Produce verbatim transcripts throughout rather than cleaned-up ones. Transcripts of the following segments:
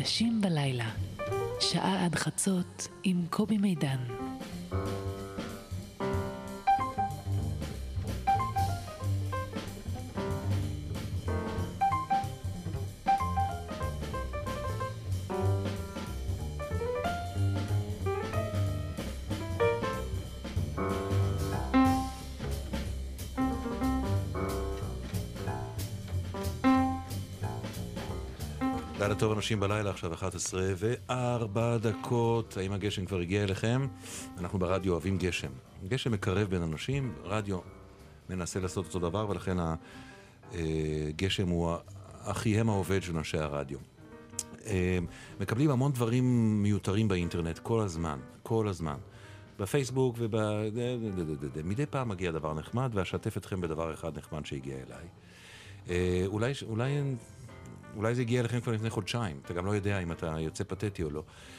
אנשים בלילה, שעה עד חצות עם קובי מידן. לילה טוב אנשים בלילה, עכשיו אחת עשרה וארבע דקות. האם הגשם כבר הגיע אליכם? אנחנו ברדיו אוהבים גשם. גשם מקרב בין אנשים, רדיו מנסה לעשות אותו דבר, ולכן הגשם הוא אחיהם העובד של אנשי הרדיו. מקבלים המון דברים מיותרים באינטרנט כל הזמן, כל הזמן. בפייסבוק וב... מדי פעם מגיע דבר נחמד, ואשתף אתכם בדבר אחד נחמד שהגיע אליי. אולי... אולי... אולי זה הגיע אליכם כבר לפני חודשיים, אתה גם לא יודע אם אתה יוצא פתטי או לא.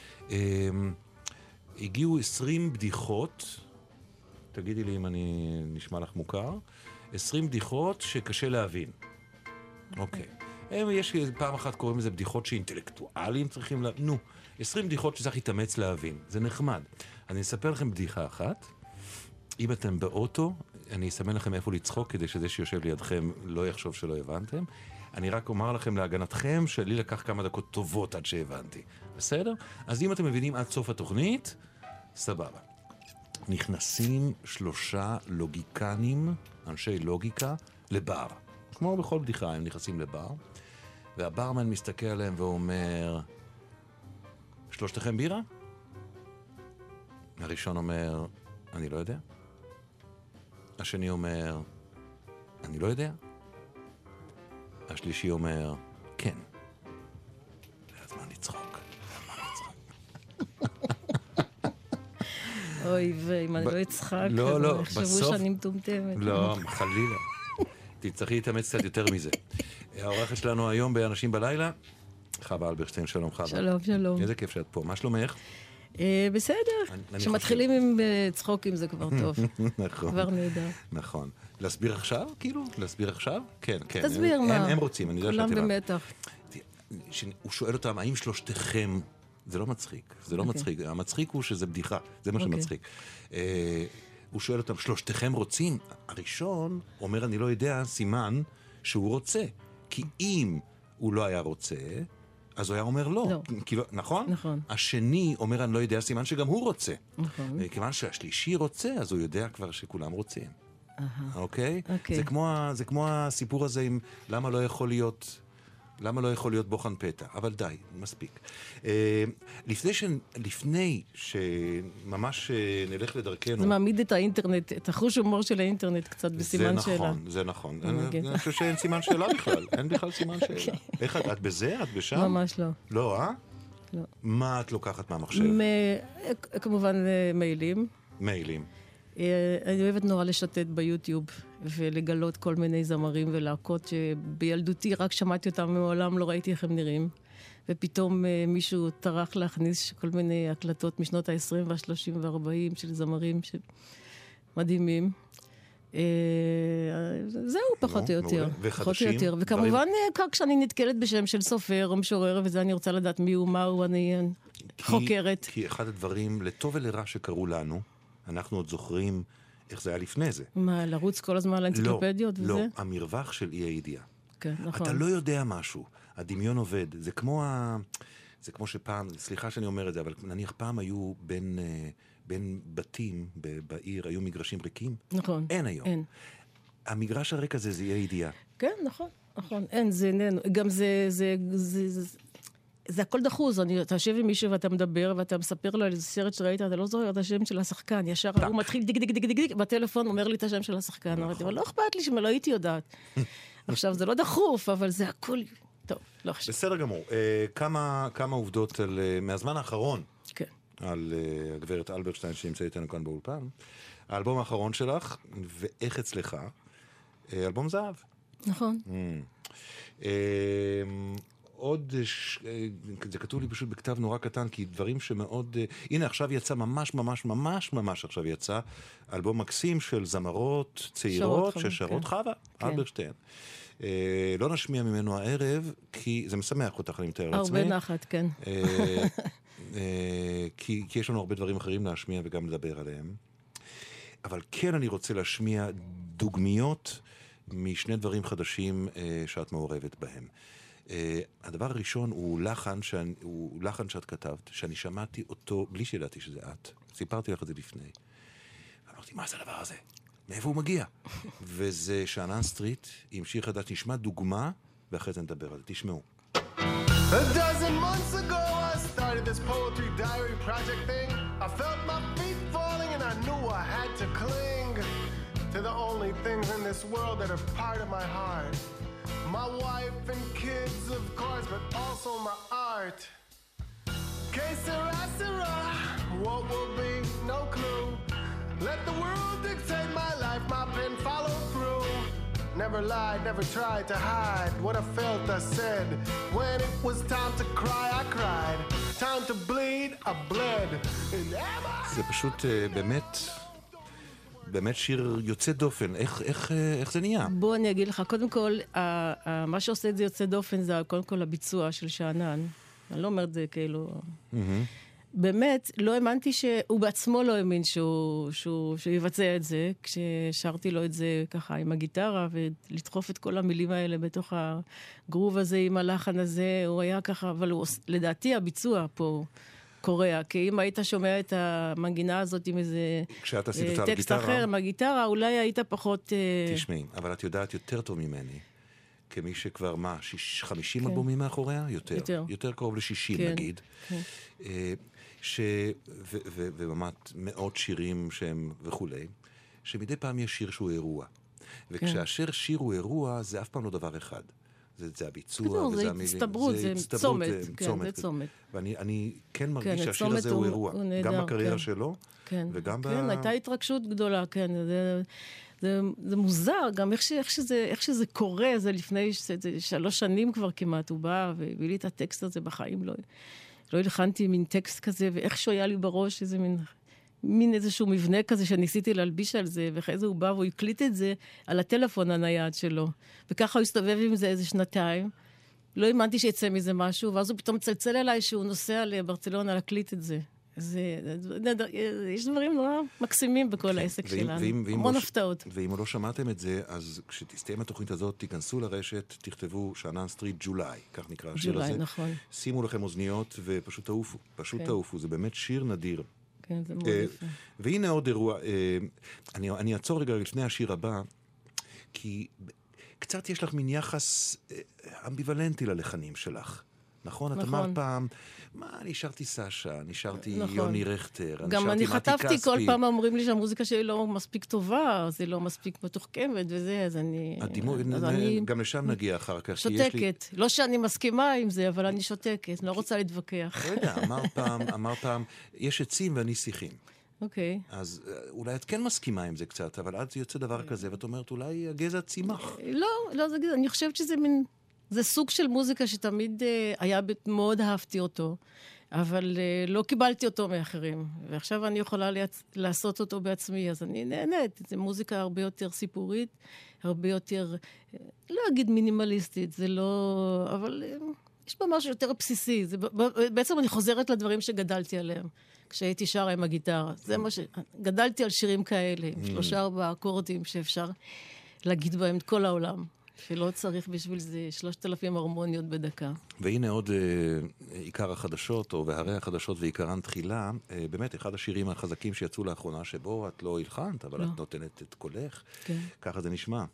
הגיעו עשרים בדיחות, תגידי לי אם אני נשמע לך מוכר, עשרים בדיחות שקשה להבין. אוקיי. יש פעם אחת קוראים לזה בדיחות שאינטלקטואלים צריכים לה... נו, עשרים בדיחות שצריך להתאמץ להבין, זה נחמד. אני אספר לכם בדיחה אחת, אם אתם באוטו, אני אסמן לכם איפה לצחוק כדי שזה שיושב לידכם לא יחשוב שלא הבנתם. אני רק אומר לכם להגנתכם שלי לקח כמה דקות טובות עד שהבנתי. בסדר? אז אם אתם מבינים עד סוף התוכנית, סבבה. נכנסים שלושה לוגיקנים, אנשי לוגיקה, לבר. כמו בכל בדיחה, הם נכנסים לבר, והברמן מסתכל עליהם ואומר, שלושתכם בירה? הראשון אומר, אני לא יודע. השני אומר, אני לא יודע. השלישי אומר, כן. ואז מה נצחוק? מה נצחוק? אוי, ואם אני לא אצחק, לא, לא, יחשבו בסוף... שאני מטומטמת. לא, חלילה. תצטרכי להתאמץ קצת יותר מזה. העורכת שלנו היום באנשים בלילה, חווה אלברשטיין, שלום חווה. שלום, שלום. איזה כיף שאת פה. מה שלומך? בסדר. כשמתחילים עם צחוקים זה כבר טוב. נכון. כבר נהדר. נכון. להסביר עכשיו? כאילו? להסביר עכשיו? כן, כן. תסביר מה. הם רוצים, אני יודע שאתה... כולם במתח. הוא שואל אותם, האם שלושתכם... זה לא מצחיק, זה לא מצחיק. המצחיק הוא שזה בדיחה, זה מה שמצחיק. הוא שואל אותם, שלושתכם רוצים? הראשון אומר, אני לא יודע, סימן שהוא רוצה. כי אם הוא לא היה רוצה... אז הוא היה אומר לא, לא. כי, נכון? נכון. השני אומר אני לא יודע, סימן שגם הוא רוצה. נכון. כיוון שהשלישי רוצה, אז הוא יודע כבר שכולם רוצים. אהה. אוקיי? אוקיי. זה כמו, זה כמו הסיפור הזה עם למה לא יכול להיות, למה לא יכול להיות בוחן פתע. אבל די, מספיק. אה, לפני, ש, לפני שממש נלך לדרכנו... זה מעמיד את האינטרנט, את החוש הומור של האינטרנט קצת בסימן שאלה. זה נכון, זה נכון. אני חושב שאין סימן שאלה בכלל. אין בכלל סימן שאלה. איך את? את בזה? את בשם? ממש לא. לא, אה? לא. מה את לוקחת מהמחשב? כמובן מיילים. מיילים. אני אוהבת נורא לשתת ביוטיוב ולגלות כל מיני זמרים ולהקות שבילדותי רק שמעתי אותם ומעולם לא ראיתי איך הם נראים. ופתאום מישהו טרח להכניס כל מיני הקלטות משנות ה-עשרים וה-שלושים וה-ארבעים של זמרים מדהימים. זהו פחות או יותר. וחדשים? וכמובן כשאני נתקלת בשם של סופר או משורר וזה אני רוצה לדעת מי הוא, מה הוא, אני חוקרת. כי אחד הדברים לטוב ולרע שקרו לנו, אנחנו עוד זוכרים איך זה היה לפני זה. מה, לרוץ כל הזמן לאנציקלופדיות וזה? לא, לא, המרווח של אי הידיעה. כן, נכון. אתה לא יודע משהו, הדמיון עובד. זה כמו ה... זה כמו שפעם, סליחה שאני אומר את זה, אבל נניח פעם היו בין, בין בתים בעיר, היו מגרשים ריקים. נכון. אין היום. אין. המגרש הריק הזה זה אי הידיעה. כן, נכון, נכון. אין, זה איננו. גם זה, זה, זה, זה, זה הכל דחוז. אני, אתה יושב עם מישהו ואתה מדבר, ואתה מספר לו על איזה סרט שראית, אתה לא זוכר את השם של השחקן. ישר הוא מתחיל דיק, דיק, דיק, דיק, דיק, בטלפון אומר לי את השם של השחקן. אבל לא אכפת לי שמה לא הייתי יודעת. עכשיו, זה לא דחוף, אבל זה הכל... טוב, לא חשוב. בסדר גמור. כמה, כמה עובדות על, מהזמן האחרון. כן. על הגברת אלברשטיין שנמצאת איתנו כאן באולפן. האלבום האחרון שלך, ואיך אצלך, אלבום זהב. נכון. עוד, זה כתוב לי פשוט בכתב נורא קטן, כי דברים שמאוד, הנה עכשיו יצא ממש ממש ממש ממש עכשיו יצא, אלבום מקסים של זמרות צעירות ששרות חווה, אלברשטיין. אה, לא נשמיע ממנו הערב, כי זה משמח אותך, אני מתאר לעצמי. הרבה נחת, כן. אה, אה, כי, כי יש לנו הרבה דברים אחרים להשמיע וגם לדבר עליהם. אבל כן אני רוצה להשמיע דוגמיות משני דברים חדשים אה, שאת מעורבת בהם. Uh, הדבר הראשון הוא לחן, שאני, הוא לחן שאת כתבת, שאני שמעתי אותו בלי שידעתי שזה את. סיפרתי לך את זה לפני. אמרתי, מה זה הדבר הזה? מאיפה הוא מגיע? וזה שאנן סטריט עם שיר חדש, נשמע דוגמה, ואחרי זה נדבר על זה. תשמעו. A dozen months ago I started this poetry diary project thing. I felt my feet falling and I knew I had to cling to the only things in this world that are part of my heart. My wife and kids, of course, but also my art. Que sera, sera, what will be, no clue. Let the world dictate my life, my pen follow through. Never lied, never tried to hide what I felt, I said. When it was time to cry, I cried. Time to bleed, I bled. And am I... זה פשוט באמת... באמת שיר יוצא דופן. איך, איך, איך זה נהיה? בוא אני אגיד לך, קודם כל, מה שעושה את זה יוצא דופן זה קודם כל הביצוע של שאנן. אני לא אומרת זה כאילו... באמת, לא האמנתי שהוא בעצמו לא האמין שהוא, שהוא, שהוא יבצע את זה, כששרתי לו את זה ככה עם הגיטרה, ולדחוף את כל המילים האלה בתוך הגרוב הזה עם הלחן הזה, הוא היה ככה, אבל הוא, לדעתי הביצוע פה... קוריאה, כי אם היית שומע את המנגינה הזאת עם איזה טקסט אחר מהגיטרה, אולי היית פחות... תשמעי, אבל את יודעת יותר טוב ממני, כמי שכבר מה, חמישים אלבומים מאחוריה? יותר. יותר קרוב ל-שישים נגיד. ובאמת מאות שירים שהם וכולי, שמדי פעם יש שיר שהוא אירוע. וכשאשר שיר הוא אירוע, זה אף פעם לא דבר אחד. זה, זה הביצוע, וזה המילים. זה הצטברות, זה צומת. כן, זה צומת. ואני אני כן מרגיש שהשיר הזה הוא אירוע. גם בקריירה שלו, וגם ב... כן, הייתה התרגשות גדולה, כן. זה מוזר, גם איך שזה קורה, זה לפני שלוש שנים כבר כמעט, הוא בא והביא לי את הטקסט הזה בחיים, לא הלחנתי מין טקסט כזה, ואיכשהו היה לי בראש איזה מין... מין איזשהו מבנה כזה שניסיתי להלביש על זה, ואחרי זה הוא בא והוא הקליט את זה על הטלפון הנייד שלו. וככה הוא הסתובב עם זה איזה שנתיים. לא האמנתי שיצא מזה משהו, ואז הוא פתאום צלצל אליי שהוא נוסע לברצלונה להקליט את זה. זה, יש דברים נורא מקסימים בכל העסק שלנו. המון הפתעות. ואם לא שמעתם את זה, אז כשתסתיים התוכנית הזאת, תיכנסו לרשת, תכתבו שאנן סטריט ג'ולי, כך נקרא השיר הזה. ג'ולי, נכון. שימו לכם אוזניות ופשוט תעופו. פשוט תעופו. זה באמת שיר נדיר. כן, זה מאוד יפה. והנה עוד אירוע, אני, אני אעצור רגע לפני השיר הבא, כי קצת יש לך מין יחס אמביוולנטי ללחנים שלך. נכון? נכון. את אמרת פעם, מה, נשארתי סשה, נשארתי נכון. יוני רכטר, גם אני חטפתי כל פעם, אומרים לי שהמוזיקה שלי לא מספיק טובה, זה לא מספיק מתוחכמת וזה, אז אני... הדימו, אז נ, אני... גם לשם נגיע אחר כך. שותקת. לי... לא שאני מסכימה עם זה, אבל אני שותקת, לא רוצה להתווכח. לא יודע, אמר פעם, אמר פעם, יש עצים ואני שיחים. אוקיי. אז אולי את כן מסכימה עם זה קצת, אבל אז יוצא דבר כזה, ואת אומרת, אולי הגזע צימח. לא, לא, זה גזע. אני חושבת שזה מין... זה סוג של מוזיקה שתמיד uh, היה, מאוד אהבתי אותו, אבל uh, לא קיבלתי אותו מאחרים. ועכשיו אני יכולה ליצ... לעשות אותו בעצמי, אז אני נהנית. זו מוזיקה הרבה יותר סיפורית, הרבה יותר, uh, לא אגיד מינימליסטית, זה לא... אבל uh, יש בה משהו יותר בסיסי. זה, בעצם אני חוזרת לדברים שגדלתי עליהם, כשהייתי שרה עם הגיטרה. זה מה ש... גדלתי על שירים כאלה, עם שלושה ארבעה אקורדים שאפשר להגיד בהם את כל העולם. שלא צריך בשביל זה שלושת אלפים הרמוניות בדקה. והנה עוד אה, עיקר החדשות, או והרי החדשות ועיקרן תחילה, אה, באמת אחד השירים החזקים שיצאו לאחרונה, שבו את לא הלחנת, אבל לא. את נותנת את קולך. כן. ככה זה נשמע.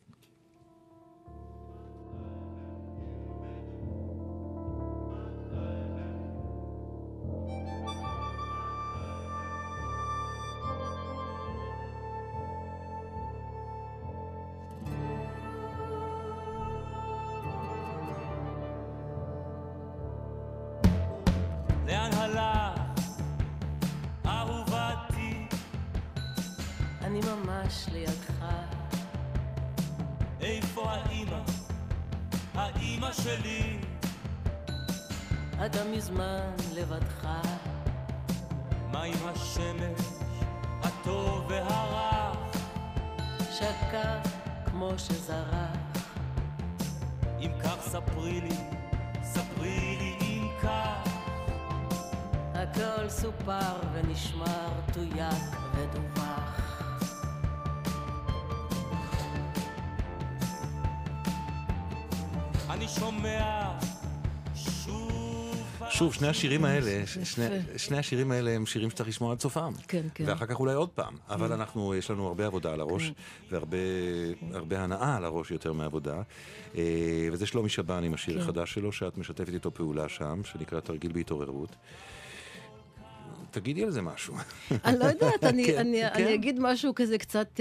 לידך. איפה האמא? האמא שלי. אתה מזמן לבדך. מה עם השמש הטוב והרך? שקע כמו שזרח. אם כך ספרי לי, ספרי לי אם כך. הכל סופר ונשמר, תויק ודווח. אני שומע שוב... שוב, שני השירים האלה, שני, שני השירים האלה הם שירים שצריך לשמוע עד סופם. כן, כן. ואחר כך אולי עוד פעם. אבל אנחנו, יש לנו הרבה עבודה על הראש, והרבה הרבה הנאה על הראש יותר מעבודה. וזה שלומי שבן עם השיר החדש שלו, שאת משתפת איתו פעולה שם, שנקרא תרגיל בהתעוררות. תגידי על זה משהו. אני לא יודעת, אני אגיד משהו כזה קצת...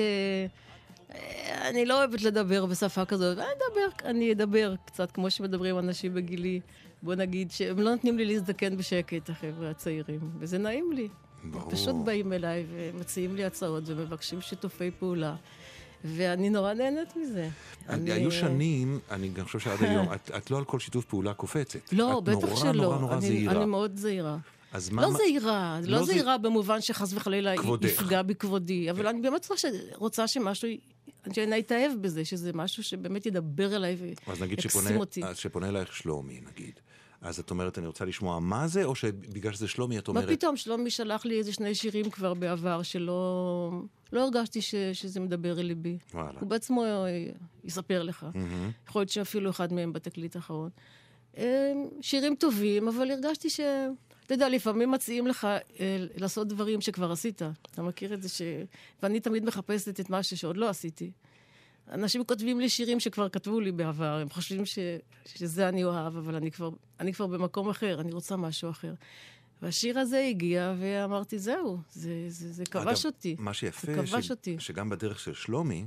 אני לא אוהבת לדבר בשפה כזאת, אני אדבר, אני אדבר קצת כמו שמדברים אנשים בגילי. בוא נגיד שהם לא נותנים לי להזדקן בשקט, החבר'ה הצעירים, וזה נעים לי. ברור. פשוט באים אליי ומציעים לי הצעות ומבקשים שיתופי פעולה, ואני נורא נהנית מזה. אני... היו שנים, אני גם חושב שעד היום, את, את לא על כל שיתוף פעולה קופצת. לא, בטח נורא, שלא. נורא נורא אני, זהירה. אני מאוד זהירה. אז מה... לא זהירה, לא, לא זהירה זה... במובן שחס וחלילה כבודך. יפגע בכבודי, אבל אני באמת רוצה, רוצה שמשהו, שאני אתאהב בזה, שזה משהו שבאמת ידבר אליי ויקסים אותי. אז שפונה אלייך שלומי, נגיד. אז את אומרת, אני רוצה לשמוע מה זה, או שבגלל שזה שלומי, את אומרת... מה פתאום? שלומי שלח לי איזה שני שירים כבר בעבר, שלא לא הרגשתי ש, שזה מדבר אל ליבי. וואלה. הוא בעצמו יספר לך. Mm-hmm. יכול להיות שאפילו אחד מהם בתקליט האחרון. שירים טובים, אבל הרגשתי ש... אתה יודע, לפעמים מציעים לך אה, לעשות דברים שכבר עשית. אתה מכיר את זה ש... ואני תמיד מחפשת את משהו שעוד לא עשיתי. אנשים כותבים לי שירים שכבר כתבו לי בעבר, הם חושבים ש... שזה אני אוהב, אבל אני כבר... אני כבר במקום אחר, אני רוצה משהו אחר. והשיר הזה הגיע, ואמרתי, זהו, זה, זה, זה כבש אגב, אותי. מה שיפה, זה כבש ש... אותי. שגם בדרך של שלומי,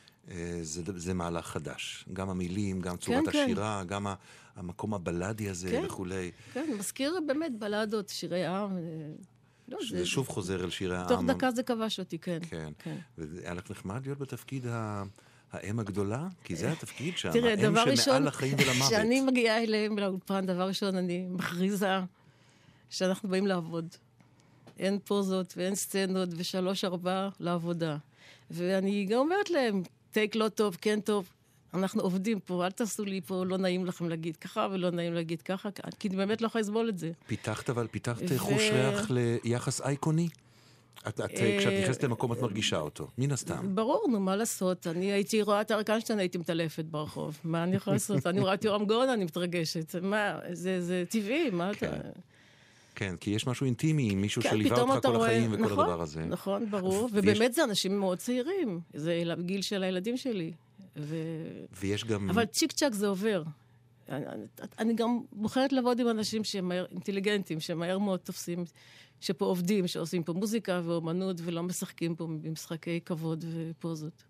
זה, זה מהלך חדש. גם המילים, גם צורת כן, השירה, כן. גם המקום הבלדי הזה כן, וכולי. כן, מזכיר באמת בלדות, שירי עם. לא, זה זה שוב חוזר אל שירי העם. תוך דקה זה כבש אותי, כן. כן. כן. והיה לך נחמד להיות בתפקיד ה... האם הגדולה? כי זה התפקיד שם. תראה, דבר האם ראשון, שמעל לחיים ולמוות. כשאני מגיעה אליהם לאולפן, דבר ראשון, אני מכריזה שאנחנו באים לעבוד. אין פוזות ואין סצנות ושלוש ארבע לעבודה. ואני גם אומרת להם, טייק לא טוב, כן טוב, אנחנו עובדים פה, אל תעשו לי פה, לא נעים לכם להגיד ככה ולא נעים להגיד ככה, כי אני באמת לא יכולה לסבול את זה. פיתחת אבל, פיתחת חוש ריח ליחס אייקוני? את, את, כשאת נכנסת למקום את מרגישה אותו, מן הסתם. ברור, נו, מה לעשות? אני הייתי רואה את אריק איינשטיין, הייתי מטלפת ברחוב. מה אני יכולה לעשות? אני רואה את יורם גאון, אני מתרגשת. מה, זה, זה טבעי, מה אתה... כן, כי יש משהו אינטימי עם מישהו כן, שליווה אותך כל רואה... החיים וכל נכון, הדבר הזה. נכון, ברור. ויש... ובאמת זה אנשים מאוד צעירים. זה גיל של הילדים שלי. ו... ויש גם... אבל צ'יק צ'ק זה עובר. אני, אני גם בוחרת לעבוד עם אנשים שהם מהר, אינטליגנטים, שהם מהר מאוד תופסים, שפה עובדים, שעושים פה מוזיקה ואומנות, ולא משחקים פה במשחקי כבוד ופוזות.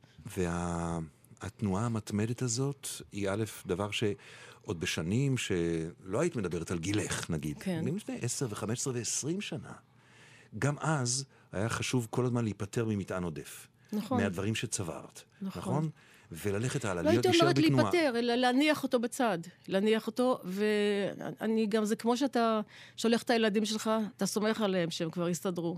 והתנועה המתמדת הזאת היא א', דבר שעוד בשנים שלא היית מדברת על גילך, נגיד. כן. גם לפני עשר וחמש עשרה ועשרים שנה. גם אז היה חשוב כל הזמן להיפטר ממטען עודף. נכון. מהדברים שצברת. נכון. נכון? וללכת הלאה, לא להיות הייתי נשאר אומרת בתנועה. להיפטר, אלא להניח אותו בצד. להניח אותו, ואני גם, זה כמו שאתה שולח את הילדים שלך, אתה סומך עליהם שהם כבר יסתדרו.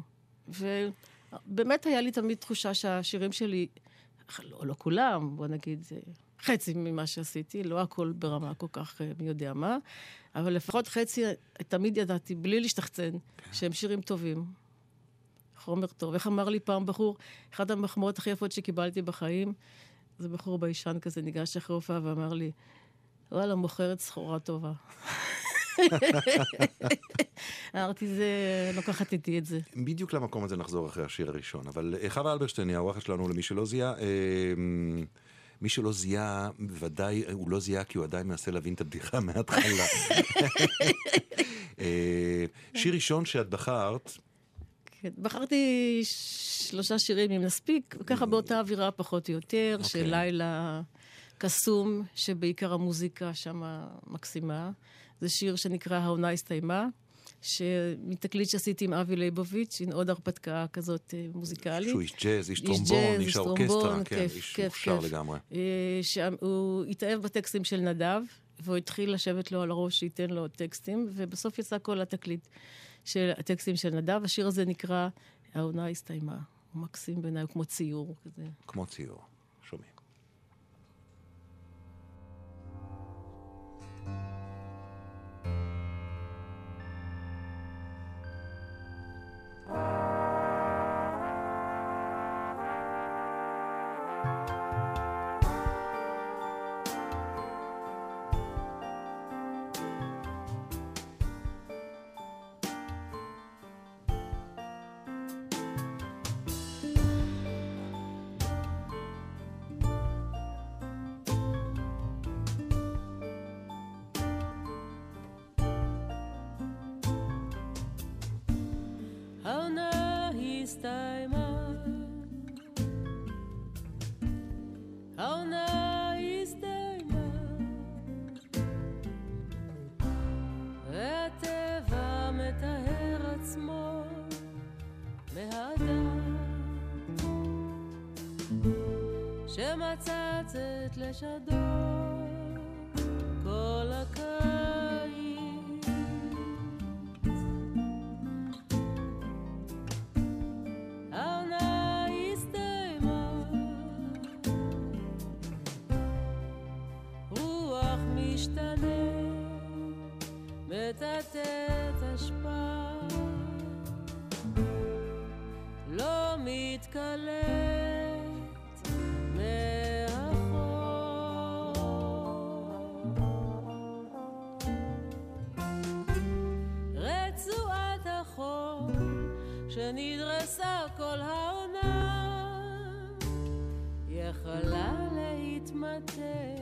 ובאמת היה לי תמיד תחושה שהשירים שלי, לא, לא כולם, בוא נגיד, חצי ממה שעשיתי, לא הכל ברמה כל כך מי יודע מה, אבל לפחות חצי, תמיד ידעתי, בלי להשתחצן, שהם שירים טובים. חומר טוב. איך אמר לי פעם בחור, אחת המחמאות הכי יפות שקיבלתי בחיים, זה בחור בישן כזה, ניגש אחרי הופעה ואמר לי, וואלה, מוכרת סחורה טובה. אמרתי, זה, לוקחת איתי את זה. בדיוק למקום הזה נחזור אחרי השיר הראשון. אבל חווה אלברשטיין, האורחת שלנו למי שלא זיהה, מי שלא זיהה, ודאי, הוא לא זיהה כי הוא עדיין מנסה להבין את הבדיחה מההתחלה. שיר ראשון שאת בחרת, בחרתי שלושה שירים אם נספיק, וככה באותה אווירה פחות או יותר, okay. של לילה קסום, שבעיקר המוזיקה שם מקסימה. זה שיר שנקרא העונה הסתיימה, שמתקליט שעשיתי עם אבי ליבוביץ', עם עוד הרפתקה כזאת מוזיקלית. שהוא איש ג'אז, איש טרומבון, איש האורקסטרה, כן, איש מוכשר לגמרי. הוא התאהב בטקסטים של נדב, והוא התחיל לשבת לו על הראש שייתן לו טקסטים, ובסוף יצא כל התקליט. של הטקסטים של נדב, השיר הזה נקרא העונה הסתיימה. הוא מקסים בעיניי, הוא כמו ציור כזה. כמו ציור, שומעים. העונה הסתיימה, והטבע מטהר עצמו מהאדם שמצצת לשדו כל הקיץ. העונה הסתיימה, רוח משתנה מטאטאת השפעה, לא מתקלט מאחור. רצועת החול שנדרסה כל העונה יכלה להתמתח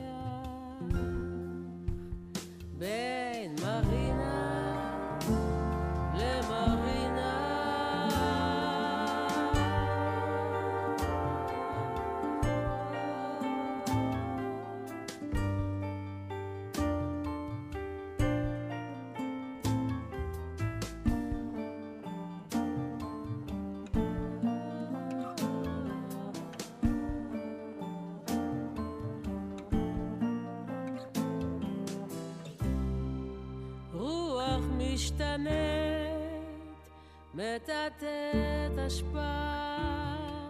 בין מרינה למרינה. משתנית, מטאטאת השפעה,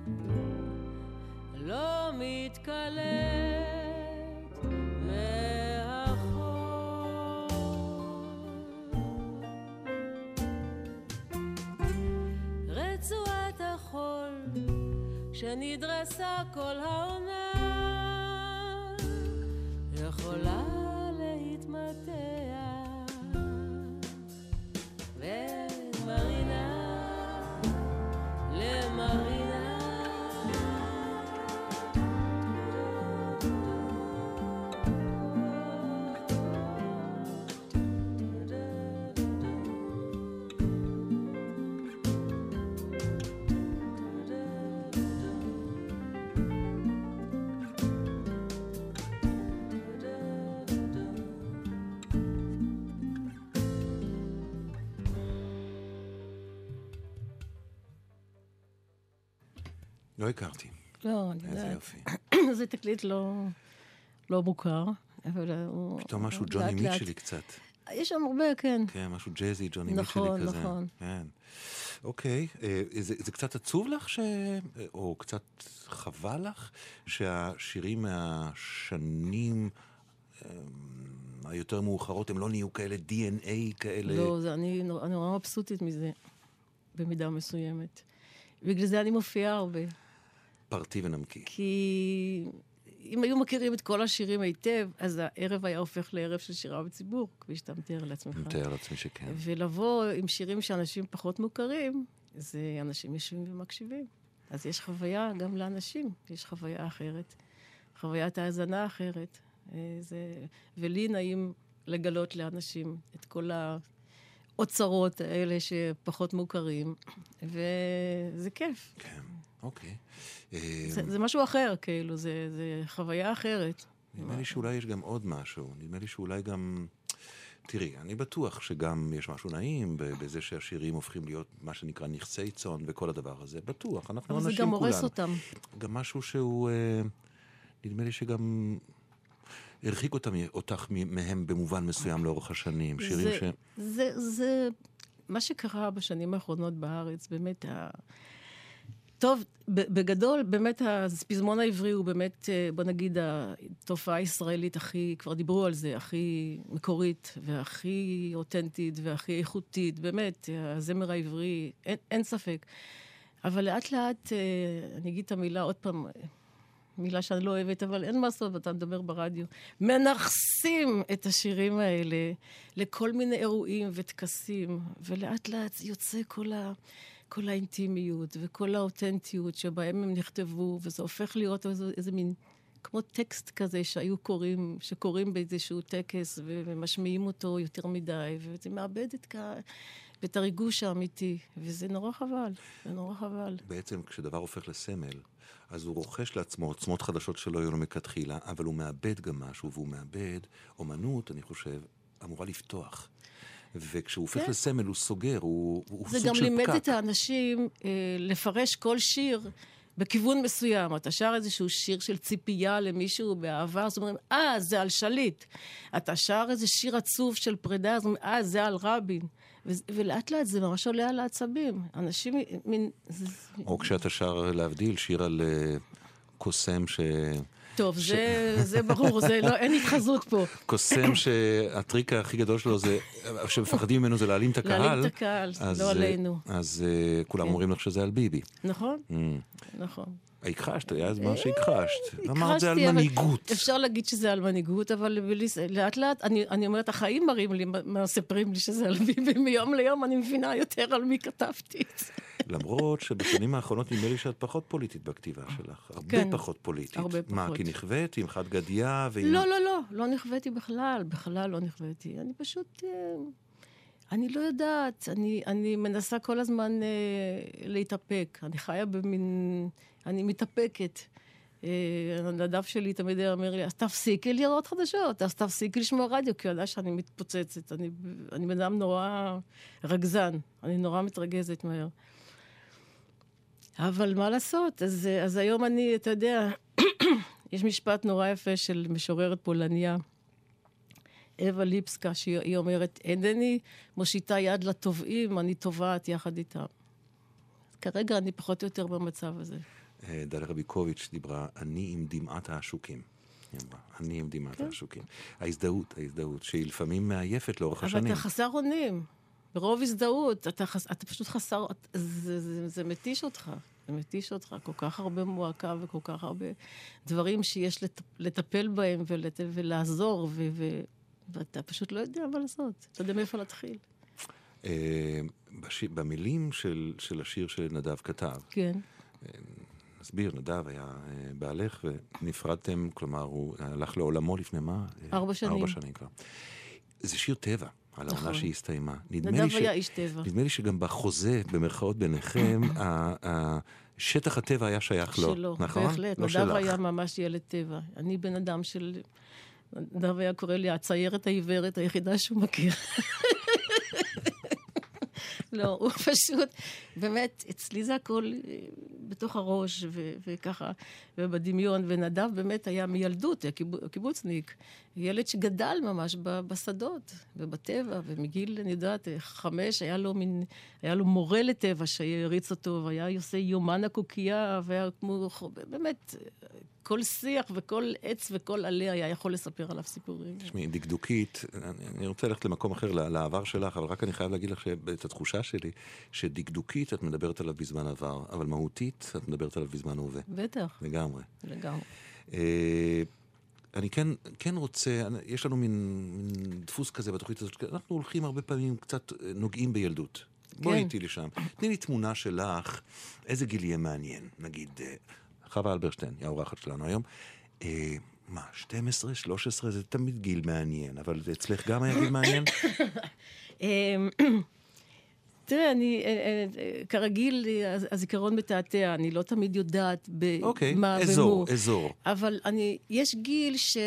לא מתקלט מאחור. רצועת החול שנדרסה כל העונה יכולה להתמתח בין מרינה למרינה. לא הכרתי. לא, אני איזה יודעת. יופי. זה תקליט לא, לא מוכר, אבל הוא... פתאום משהו לאט ג'וני לאט. מיטשלי קצת. יש שם הרבה, כן. כן, משהו ג'אזי, ג'וני נכון, מיטשלי כזה. נכון. כן. אוקיי, אה, זה, זה קצת עצוב לך, ש... או קצת חבל לך, שהשירים מהשנים אה, היותר מאוחרות, הם לא נהיו כאלה די אן איי כאלה? לא, זה, אני, נורא- אני נורא מבסוטית מזה, במידה מסוימת. בגלל זה אני מופיעה הרבה. פרטי ונמקי. כי אם היו מכירים את כל השירים היטב, אז הערב היה הופך לערב של שירה בציבור, כפי שאתה מתאר לעצמך. אני מתאר לעצמי שכן. ולבוא עם שירים שאנשים פחות מוכרים, זה אנשים יושבים ומקשיבים. אז יש חוויה גם לאנשים, יש חוויה אחרת. חוויית האזנה אחרת. אה, זה... ולי נעים לגלות לאנשים את כל האוצרות האלה שפחות מוכרים, וזה כיף. כן, אוקיי. אה, זה, זה משהו אחר, כאילו, זה, זה חוויה אחרת. נדמה לי שאולי יש גם עוד משהו. נדמה לי שאולי גם... תראי, אני בטוח שגם יש משהו נעים בזה שהשירים הופכים להיות מה שנקרא נכסי צאן וכל הדבר הזה. בטוח, אנחנו אבל אנשים זה גם כולנו. הורס אותם. גם משהו שהוא... אה, נדמה לי שגם הרחיק אותם, אותך מהם במובן מסוים לאורך השנים. שירים זה, ש... זה, זה מה שקרה בשנים האחרונות בארץ, באמת ה... טוב, בגדול, באמת הפזמון העברי הוא באמת, בוא נגיד, התופעה הישראלית הכי, כבר דיברו על זה, הכי מקורית והכי אותנטית והכי איכותית, באמת, הזמר העברי, אין, אין ספק. אבל לאט לאט, אני אגיד את המילה עוד פעם, מילה שאני לא אוהבת, אבל אין מה לעשות, אתה מדבר ברדיו, מנחסים את השירים האלה לכל מיני אירועים וטקסים, ולאט לאט יוצא כל ה... כל האינטימיות וכל האותנטיות שבהם הם נכתבו, וזה הופך להיות איזה, איזה מין, כמו טקסט כזה שהיו קוראים, שקוראים באיזשהו טקס ומשמיעים אותו יותר מדי, וזה מאבד את, ואת הריגוש האמיתי, וזה נורא חבל, זה נורא חבל. בעצם כשדבר הופך לסמל, אז הוא רוכש לעצמו עוצמות חדשות שלא היו לו מכתחילה, אבל הוא מאבד גם משהו, והוא מאבד אומנות, אני חושב, אמורה לפתוח. וכשהוא הופך כן. לסמל, הוא סוגר, הוא, הוא זה סוג גם של לימד פקק. את האנשים אה, לפרש כל שיר בכיוון מסוים. אתה שר איזשהו שיר של ציפייה למישהו באהבה, אז אומרים, אה, זה על שליט. אתה שר איזה שיר עצוב של פרידה, אז אומרים, אה, זה על רבין. ו- ולאט לאט זה ממש עולה על העצבים. אנשים מין... או כשאתה שר להבדיל, שיר על uh, קוסם ש... טוב, ש... זה, זה ברור, זה לא, אין התחזות פה. קוסם שהטריק הכי גדול שלו זה, שמפחדים ממנו זה להעלים את הקהל. להעלים את הקהל, אז, לא עלינו. אז uh, כולם כן. אומרים לך שזה על ביבי. נכון, Mm. נכון. הכחשת, היה זמן שהכחשת. אמרת זה על הכחשתי, אבל מנהיגות. אפשר להגיד שזה על מנהיגות, אבל לאט לאט, אני, אני אומרת, החיים מראים לי, מספרים לי שזה על ביבי, מיום ליום אני מבינה יותר על מי כתבתי את זה. למרות שבשנים האחרונות נדמה לי שאת פחות פוליטית בכתיבה שלך. הרבה כן, פחות פוליטית. הרבה מה, פחות. כי נכווית עם חד גדיה ועם... לא, לא, לא, לא נכוויתי בכלל, בכלל לא נכוויתי. אני פשוט, אה, אני לא יודעת, אני, אני מנסה כל הזמן אה, להתאפק. אני חיה במין, אני מתאפקת. אה, הנדב שלי תמיד היה אומר לי, אז תפסיקי לראות חדשות, אז תפסיקי לשמוע רדיו, כי הוא יודע שאני מתפוצצת. אני, אני בן אדם נורא רגזן, אני נורא מתרגזת מהר. אבל מה לעשות? אז, אז היום אני, אתה יודע, יש משפט נורא יפה של משוררת פולניה, אווה ליפסקה, שהיא אומרת, אינני מושיטה יד לטובעים, אני טובעת יחד איתם. כרגע אני פחות או יותר במצב הזה. דליה רביקוביץ' דיברה, אני עם דמעת העשוקים. היא אמרה, אני עם דמעת העשוקים. ההזדהות, ההזדהות, שהיא לפעמים מעייפת לאורך השנים. אבל אתה חסר אונים. ברוב הזדהות, אתה, חס... אתה פשוט חסר... זה, זה, זה מתיש אותך. זה מתיש אותך. כל כך הרבה מועקה וכל כך הרבה דברים שיש לט... לטפל בהם ולט... ולעזור, ו... ו... ואתה פשוט לא יודע מה לעשות. אתה יודע מאיפה להתחיל. בש... במילים של, של השיר שנדב כתב, כן. נסביר, נדב היה בעלך ונפרדתם, כלומר, הוא הלך לעולמו לפני מה? ארבע שנים. ארבע שנים כבר. זה שיר טבע. על העונה שהיא הסתיימה. נדב היה איש טבע. נדמה לי שגם בחוזה, במרכאות ביניכם, שטח הטבע היה שייך לו, שלו, נכון? בהחלט. נדב היה ממש ילד טבע. אני בן אדם של... נדב היה קורא לי הציירת העיוורת היחידה שהוא מכיר. לא, הוא פשוט, באמת, אצלי זה הכל בתוך הראש, ו- וככה, ובדמיון, ונדב באמת היה מילדות, היה קיבוצניק, ילד שגדל ממש ב- בשדות, ובטבע, ומגיל, אני יודעת, חמש, היה לו מין, היה לו מורה לטבע שהריץ אותו, והיה עושה יומן הקוקייה, והיה כמו, באמת, כל שיח וכל עץ וכל עלה היה יכול לספר עליו סיפורים. תשמעי, דקדוקית, אני רוצה ללכת למקום אחר, לעבר שלך, אבל רק אני חייב להגיד לך את התחושה שלי, שדקדוקית את מדברת עליו בזמן עבר, אבל מהותית את מדברת עליו בזמן הווה. בטח. לגמרי. לגמרי. אני כן, כן רוצה, יש לנו מין, מין דפוס כזה בתוכנית הזאת, אנחנו הולכים הרבה פעמים קצת נוגעים בילדות. בואי איתי לשם. תני לי תמונה שלך, איזה גיל יהיה מעניין, נגיד... חווה אלברשטיין, היא האורחת שלנו היום. אה, מה, שתים עשרה, שלוש עשרה, זה תמיד גיל מעניין, אבל זה אצלך גם היה גיל מעניין? תראה, אני, כרגיל, הזיכרון מתעתע, אני לא תמיד יודעת במה ומו. אזור, אזור. אבל אני, יש גיל ש...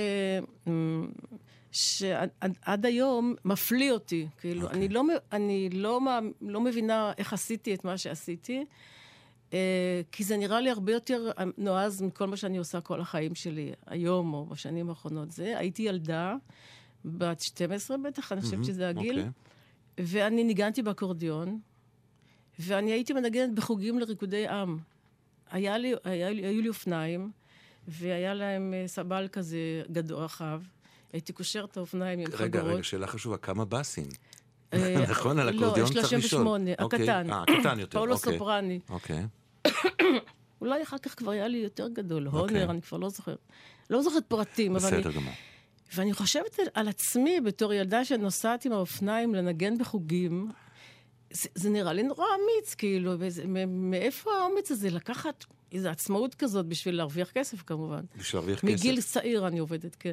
שעד היום מפליא אותי. כאילו, אני לא, אני לא, לא מבינה איך עשיתי את מה שעשיתי, כי זה נראה לי הרבה יותר נועז מכל מה שאני עושה כל החיים שלי, היום או בשנים האחרונות. זה, הייתי ילדה, בת שתים עשרה בטח, אני חושבת שזה הגיל, ואני ניגנתי באקורדיון, ואני הייתי מנגנת בחוגים לריקודי עם. היה לי, היה לי, היו לי אופניים, והיה להם סבל כזה גדול רחב. הייתי קושר את האופניים עם חגורות. רגע, רגע, שאלה חשובה, כמה בסים? נכון, על אקורדיון צריך לשאול. לא, שלושים ושמונה, הקטן. אה, הקטן יותר, פאולו אוקיי. סופרני. אוקיי. אולי אחר כך כבר היה לי יותר גדול, הונר, אני כבר לא זוכרת. לא זוכרת פרטים, אבל אני... בסדר גמור. ואני חושבת על עצמי, בתור ילדה שנוסעת עם האופניים לנגן בחוגים, זה, זה נראה לי נורא אמיץ, כאילו, וזה, מאיפה האומץ הזה? לקחת איזו עצמאות כזאת בשביל להרוויח כסף, כמובן. בשביל להרוויח כסף. מגיל צעיר אני עובדת, כן.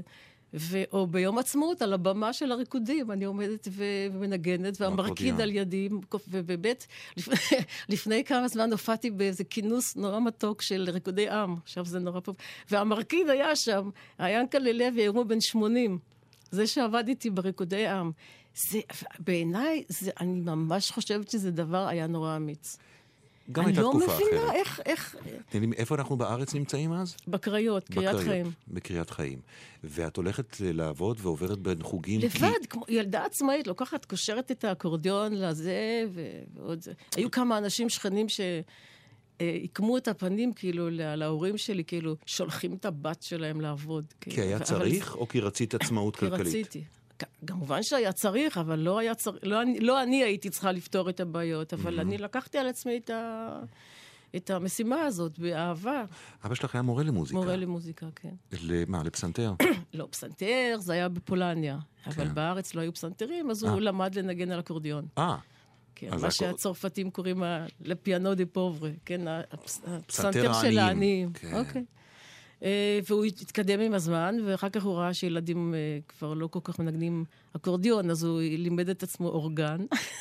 ו... או ביום עצמאות, על הבמה של הריקודים, אני עומדת ו... ומנגנת, והמרקיד על ידי, ובבית, לפני, לפני כמה זמן הופעתי באיזה כינוס נורא מתוק של ריקודי עם, עכשיו זה נורא פופ, והמרקיד היה שם, היאנקל'ה לוי, היום הוא בן שמונים, זה שעבד איתי בריקודי עם. זה, בעיניי, זה, אני ממש חושבת שזה דבר היה נורא אמיץ. גם הייתה תקופה אחרת. אני לא מבינה איך, איך... איפה אנחנו בארץ נמצאים אז? בקריות, קריית חיים. בקריית חיים. ואת הולכת לעבוד ועוברת בין חוגים? לבד, כמו ילדה עצמאית, לוקחת, קושרת את האקורדיון לזה, ועוד זה. היו כמה אנשים שכנים שהקמו את הפנים, כאילו, להורים שלי, כאילו, שולחים את הבת שלהם לעבוד. כי היה צריך, או כי רצית עצמאות כלכלית? כי רציתי. כמובן שהיה צריך, אבל לא היה צריך, לא, לא אני הייתי צריכה לפתור את הבעיות, אבל mm-hmm. אני לקחתי על עצמי את, ה, את המשימה הזאת, באהבה. אבא שלך היה מורה למוזיקה. מורה למוזיקה, כן. למה, לפסנתר? לא, פסנתר, זה היה בפולניה. כן. אבל בארץ לא היו פסנתרים, אז 아. הוא למד לנגן על אקורדיון. אה. כן, מה שהצרפתים קוראים לפיאנו די פוברה, כן, הפסנתר של העניים. כן. אוקיי. והוא התקדם עם הזמן, ואחר כך הוא ראה שילדים כבר לא כל כך מנגנים אקורדיון, אז הוא לימד את עצמו אורגן.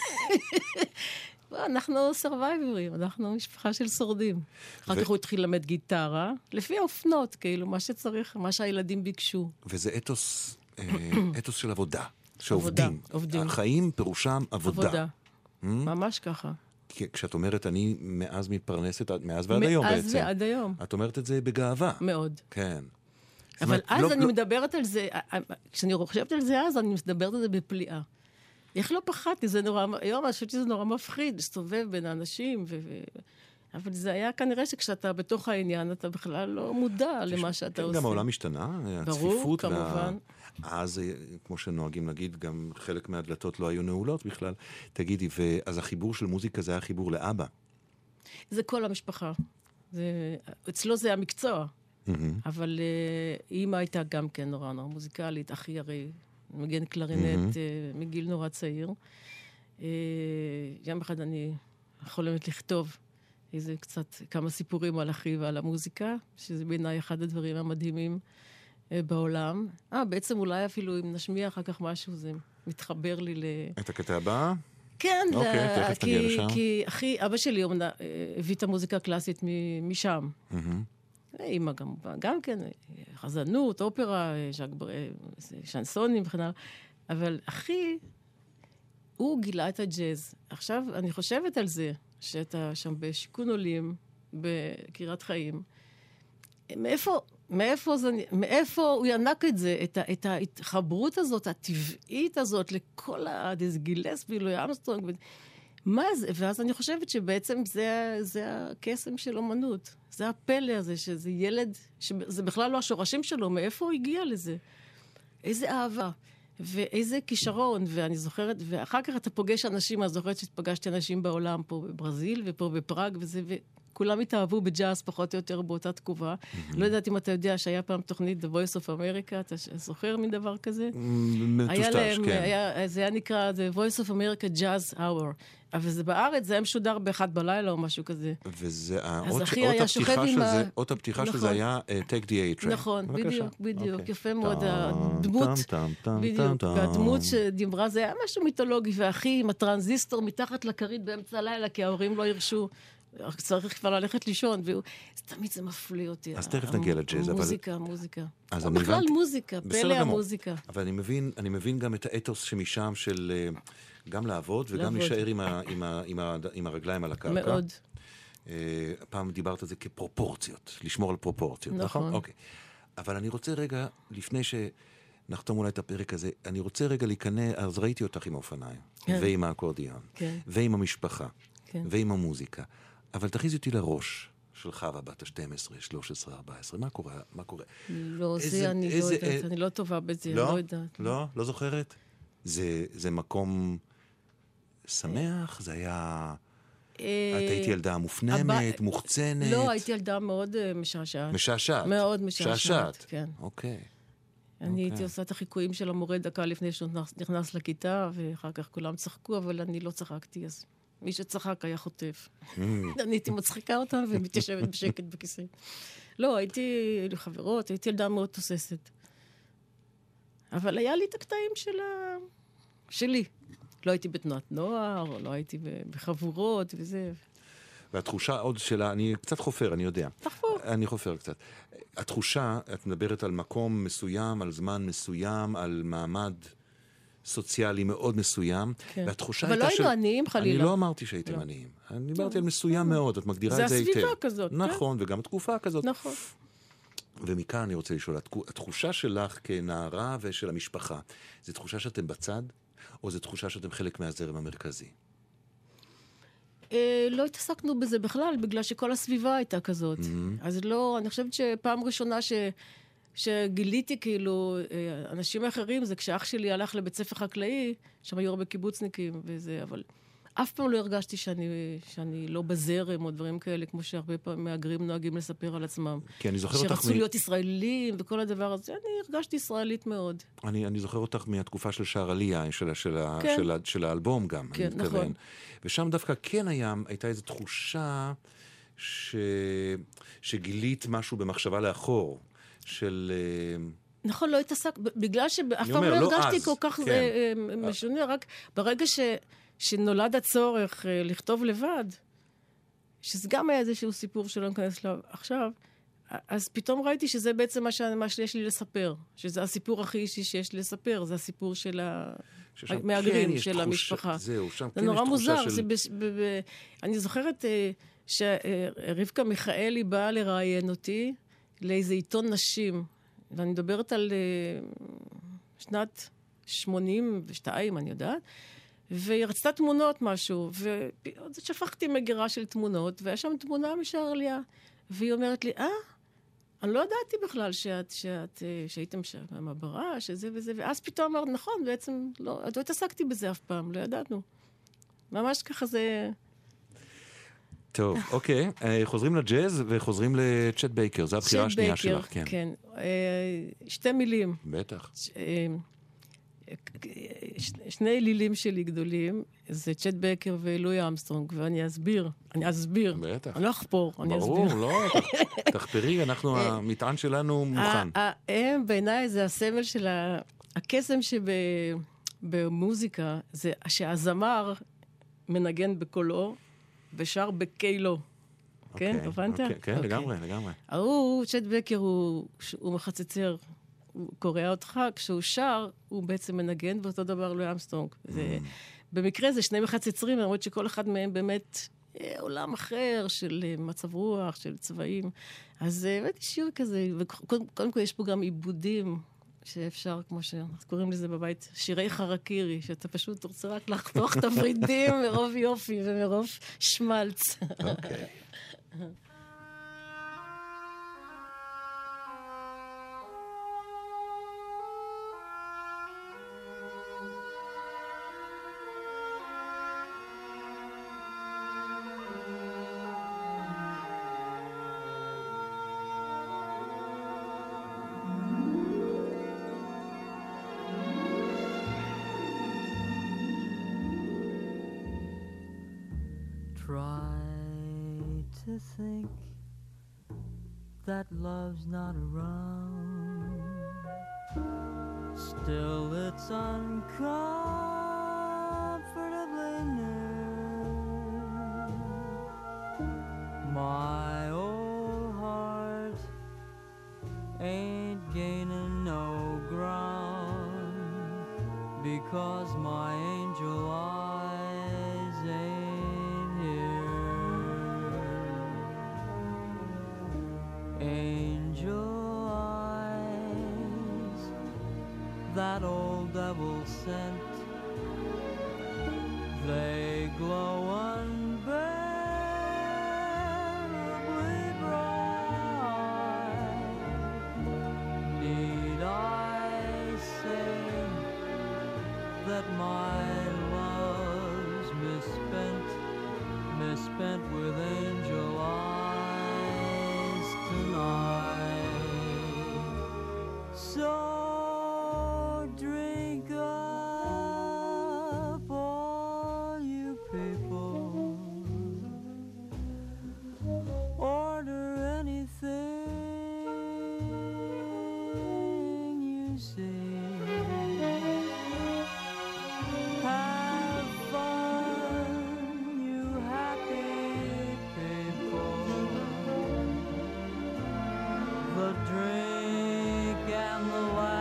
אנחנו סרווייברים, אנחנו משפחה של שורדים. אחר כך הוא התחיל למד גיטרה, לפי האופנות, כאילו, מה שצריך, מה שהילדים ביקשו. וזה אתוס, אתוס של עבודה, שעובדים. החיים פירושם עבודה. עבודה, ממש ככה. כשאת אומרת, אני מאז מתפרנסת, מאז ועד היום בעצם. מאז ועד היום. את אומרת את זה בגאווה. מאוד. כן. אבל אז אני מדברת על זה, כשאני חושבת על זה אז, אני מדברת על זה בפליאה. איך לא פחדתי? זה נורא, היום אני חושבת שזה נורא מפחיד, להסתובב בין האנשים, אבל זה היה כנראה שכשאתה בתוך העניין, אתה בכלל לא מודע למה שאתה עושה. גם העולם השתנה, ברור, כמובן. אז, כמו שנוהגים להגיד, גם חלק מהדלתות לא היו נעולות בכלל. תגידי, ואז החיבור של מוזיקה זה היה חיבור לאבא? זה כל המשפחה. זה, אצלו זה המקצוע. Mm-hmm. אבל uh, אימא הייתה גם כן נורא נורא מוזיקלית. אחי הרי מגן קלרינט mm-hmm. uh, מגיל נורא צעיר. Uh, יום אחד אני חולמת לכתוב איזה קצת, כמה סיפורים על אחי ועל המוזיקה, שזה בעיניי אחד הדברים המדהימים בעולם. אה, בעצם אולי אפילו אם נשמיע אחר כך משהו, זה מתחבר לי ל... את הקטע הבא? כן, אוקיי, תכף נגיע לשם. כי אחי, אבא שלי הביא את המוזיקה הקלאסית משם. אמא גם, גם כן, חזנות, אופרה, שנסונים וכן הלאה. אבל אחי, הוא גילה את הג'אז. עכשיו, אני חושבת על זה, שאתה שם בשיכון עולים, בקריית חיים, מאיפה... מאיפה, זה, מאיפה הוא ינק את זה, את, ה, את ההתחברות הזאת, הטבעית הזאת, לכל איזה גילספי, לואי אמסטרונג, מה זה? ואז אני חושבת שבעצם זה, זה הקסם של אומנות. זה הפלא הזה, שזה ילד, שזה בכלל לא השורשים שלו, מאיפה הוא הגיע לזה? איזה אהבה, ואיזה כישרון, ואני זוכרת, ואחר כך אתה פוגש אנשים, אני זוכרת שפגשתי אנשים בעולם, פה בברזיל ופה בפראג, וזה... ו... כולם התאהבו בג'אז פחות או יותר באותה תקופה. לא יודעת אם אתה יודע שהיה פעם תוכנית The Voice of America, אתה זוכר מן דבר כזה? מטושטש, כן. זה היה נקרא The Voice of America Jazz Hour. אבל זה בארץ, זה היה משודר באחד בלילה או משהו כזה. וזה, אות הפתיחה של זה היה Take the A-Train. נכון, בדיוק, בדיוק, יפה מאוד. הדמות, בדיוק, והדמות שדיברה, זה היה משהו מיתולוגי, והאחי עם הטרנזיסטור מתחת לכרית באמצע הלילה, כי ההורים לא ירשו. צריך כבר ללכת לישון, ותמיד זה מפליא אותי. אז תכף נגיע לג'אז, אבל... מוזיקה, מוזיקה. בכלל מוזיקה, פלא המוזיקה. אבל אני מבין, אני מבין גם את האתוס שמשם של גם לעבוד, וגם להישאר עם הרגליים על הקרקע. מאוד. פעם דיברת על זה כפרופורציות, לשמור על פרופורציות, נכון? אוקיי. אבל אני רוצה רגע, לפני שנחתום אולי את הפרק הזה, אני רוצה רגע להיכנס, אז ראיתי אותך עם האופניים, ועם האקורדיון, ועם המשפחה, ועם המוזיקה. אבל תכניסי אותי לראש של חווה, בת ה-שתים עשרה, שלוש עשרה, ארבע עשרה. מה קורה? מה קורה? לא, זה אני לא יודעת. אני לא טובה בזה, אני לא יודעת. לא? לא זוכרת? זה מקום שמח? זה היה... את הייתי ילדה מופנמת, מוחצנת? לא, הייתי ילדה מאוד משעשעת. משעשעת? מאוד משעשעת, כן. אוקיי. אני הייתי עושה את החיקויים של המורה דקה לפני שהוא נכנס לכיתה, ואחר כך כולם צחקו, אבל אני לא צחקתי אז. מי שצחק היה חוטף. אני הייתי מצחיקה אותם ומתיישבת בשקט בכיסא. לא, הייתי חברות, הייתי ילדה מאוד תוססת. אבל היה לי את הקטעים של ה... שלי. לא הייתי בתנועת נוער, לא הייתי בחבורות וזה. והתחושה עוד שלה, אני קצת חופר, אני יודע. תחפור. אני חופר קצת. התחושה, את מדברת על מקום מסוים, על זמן מסוים, על מעמד סוציאלי מאוד מסוים, כן. והתחושה אבל הייתה לא של... היינו עניים חלילה. אני לא אמרתי שהייתם לא. עניים. אני דיברתי על מסוים מאוד, את מגדירה זה את זה היטב. הסביבה כזאת, כן. נכון, וגם התקופה כזאת. נכון. ומכאן אני רוצה לשאול, התחושה שלך כנערה ושל המשפחה, זו תחושה שאתם בצד, או זו תחושה שאתם חלק מהזרם המרכזי? אה, לא התעסקנו בזה בכלל, בגלל שכל הסביבה הייתה כזאת. אז לא, אני חושבת שפעם ראשונה ש... שגיליתי כאילו אנשים אחרים, זה כשאח שלי הלך לבית ספר חקלאי, שם היו הרבה קיבוצניקים וזה, אבל אף פעם לא הרגשתי שאני, שאני לא בזרם או דברים כאלה, כמו שהרבה פעמים מהגרים נוהגים לספר על עצמם. כי אני זוכר אותך... שרצו להיות ישראלים וכל הדבר הזה, אני הרגשתי ישראלית מאוד. אני, אני זוכר אותך מהתקופה של שער עליה, של, של, כן. של, של, של האלבום גם, כן, אני מתכוון. נכון. ושם דווקא כן היה, הייתה איזו תחושה ש... שגילית משהו במחשבה לאחור. של... נכון, לא התעסק, בגלל שאף פעם אומר, לא לא הרגשתי אז, כל כך כן. זה, משונה, רק ברגע ש, שנולד הצורך לכתוב לבד, שזה גם היה איזשהו סיפור שלא נכנס לו עכשיו, אז פתאום ראיתי שזה בעצם מה, ש, מה שיש לי לספר, שזה הסיפור הכי אישי שיש לי לספר, זה הסיפור של המהגרים, כן של תחושה, המשפחה. זהו, שם זה כן נורא יש מוזר, של... זה ב, ב, ב, אני זוכרת שרבקה מיכאלי באה לראיין אותי, לאיזה עיתון נשים, ואני מדברת על uh, שנת שמונים ושתיים, אני יודעת, והיא רצתה תמונות משהו, ושפכתי מגירה של תמונות, והיה שם תמונה משערליה, והיא אומרת לי, אה, אני לא ידעתי בכלל שאת, שאת, שהייתם שם במעברה, שזה וזה, ואז פתאום אמרת, נכון, בעצם לא, לא התעסקתי בזה אף פעם, לא ידענו. ממש ככה זה... טוב, אוקיי. חוזרים לג'אז וחוזרים לצ'ט בייקר. זו הבחירה השנייה שלך, כן. כן. שתי מילים. בטח. שני אלילים שלי גדולים, זה צ'ט בייקר ולואי אמסטרונג, ואני אסביר. אני אסביר. בטח. אני לא אחפור, אני אסביר. ברור, לא. תחפרי, אנחנו, המטען שלנו מוכן. הם בעיניי זה הסמל של הקסם שבמוזיקה, זה שהזמר מנגן בקולו, ושר בקיילו. כן, הבנת? כן, לגמרי, לגמרי. הוא, צ'ט בייקר, הוא מחצצר, הוא קורא אותך, כשהוא שר, הוא בעצם מנגן, ואותו דבר לואי אמסטרונג. במקרה זה שני מחצצרים, למרות שכל אחד מהם באמת עולם אחר של מצב רוח, של צבעים. אז באמת שיר כזה, וקודם כל יש פה גם עיבודים, שאפשר, כמו שקוראים לזה בבית, שירי חרקירי, שאתה פשוט רוצה רק לחתוך את הורידים מרוב יופי ומרוב שמלץ. אוקיי. Think that love's not around, still it's uncomfortably near. My old heart ain't gaining no ground, because my angel eyes ain't here. Angel eyes, that old devil sent, they glow unbearably bright. Need I say that my love's misspent, misspent with angel eyes tonight? So drink up, all you people, order anything you see. the drink and the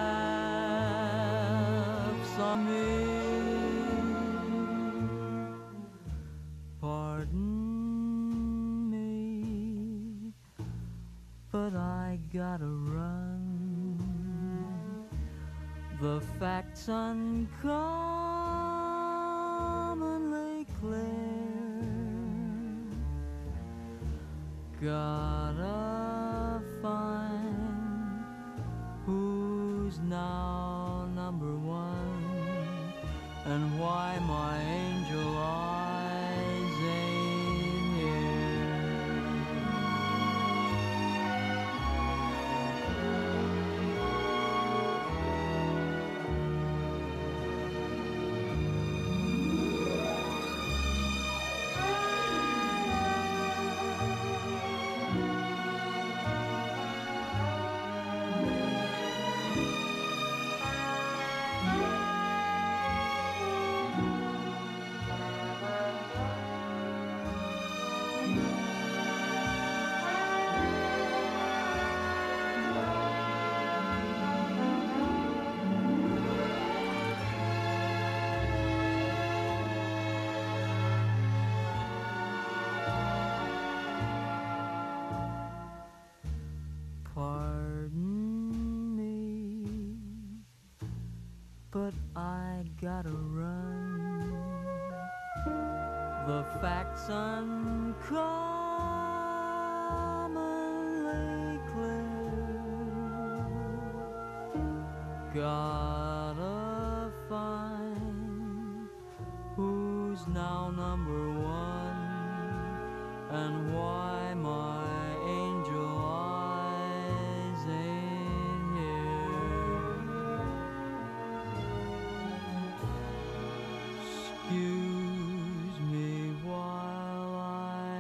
laughs on me. Pardon me, but I gotta run. The facts uncommonly clear. Gotta find who's now number one and why my angel eyes ain't here. But I gotta run. The facts uncommonly clear. Gotta find who's now number one and why my angel eyes ain't here. Excuse me while I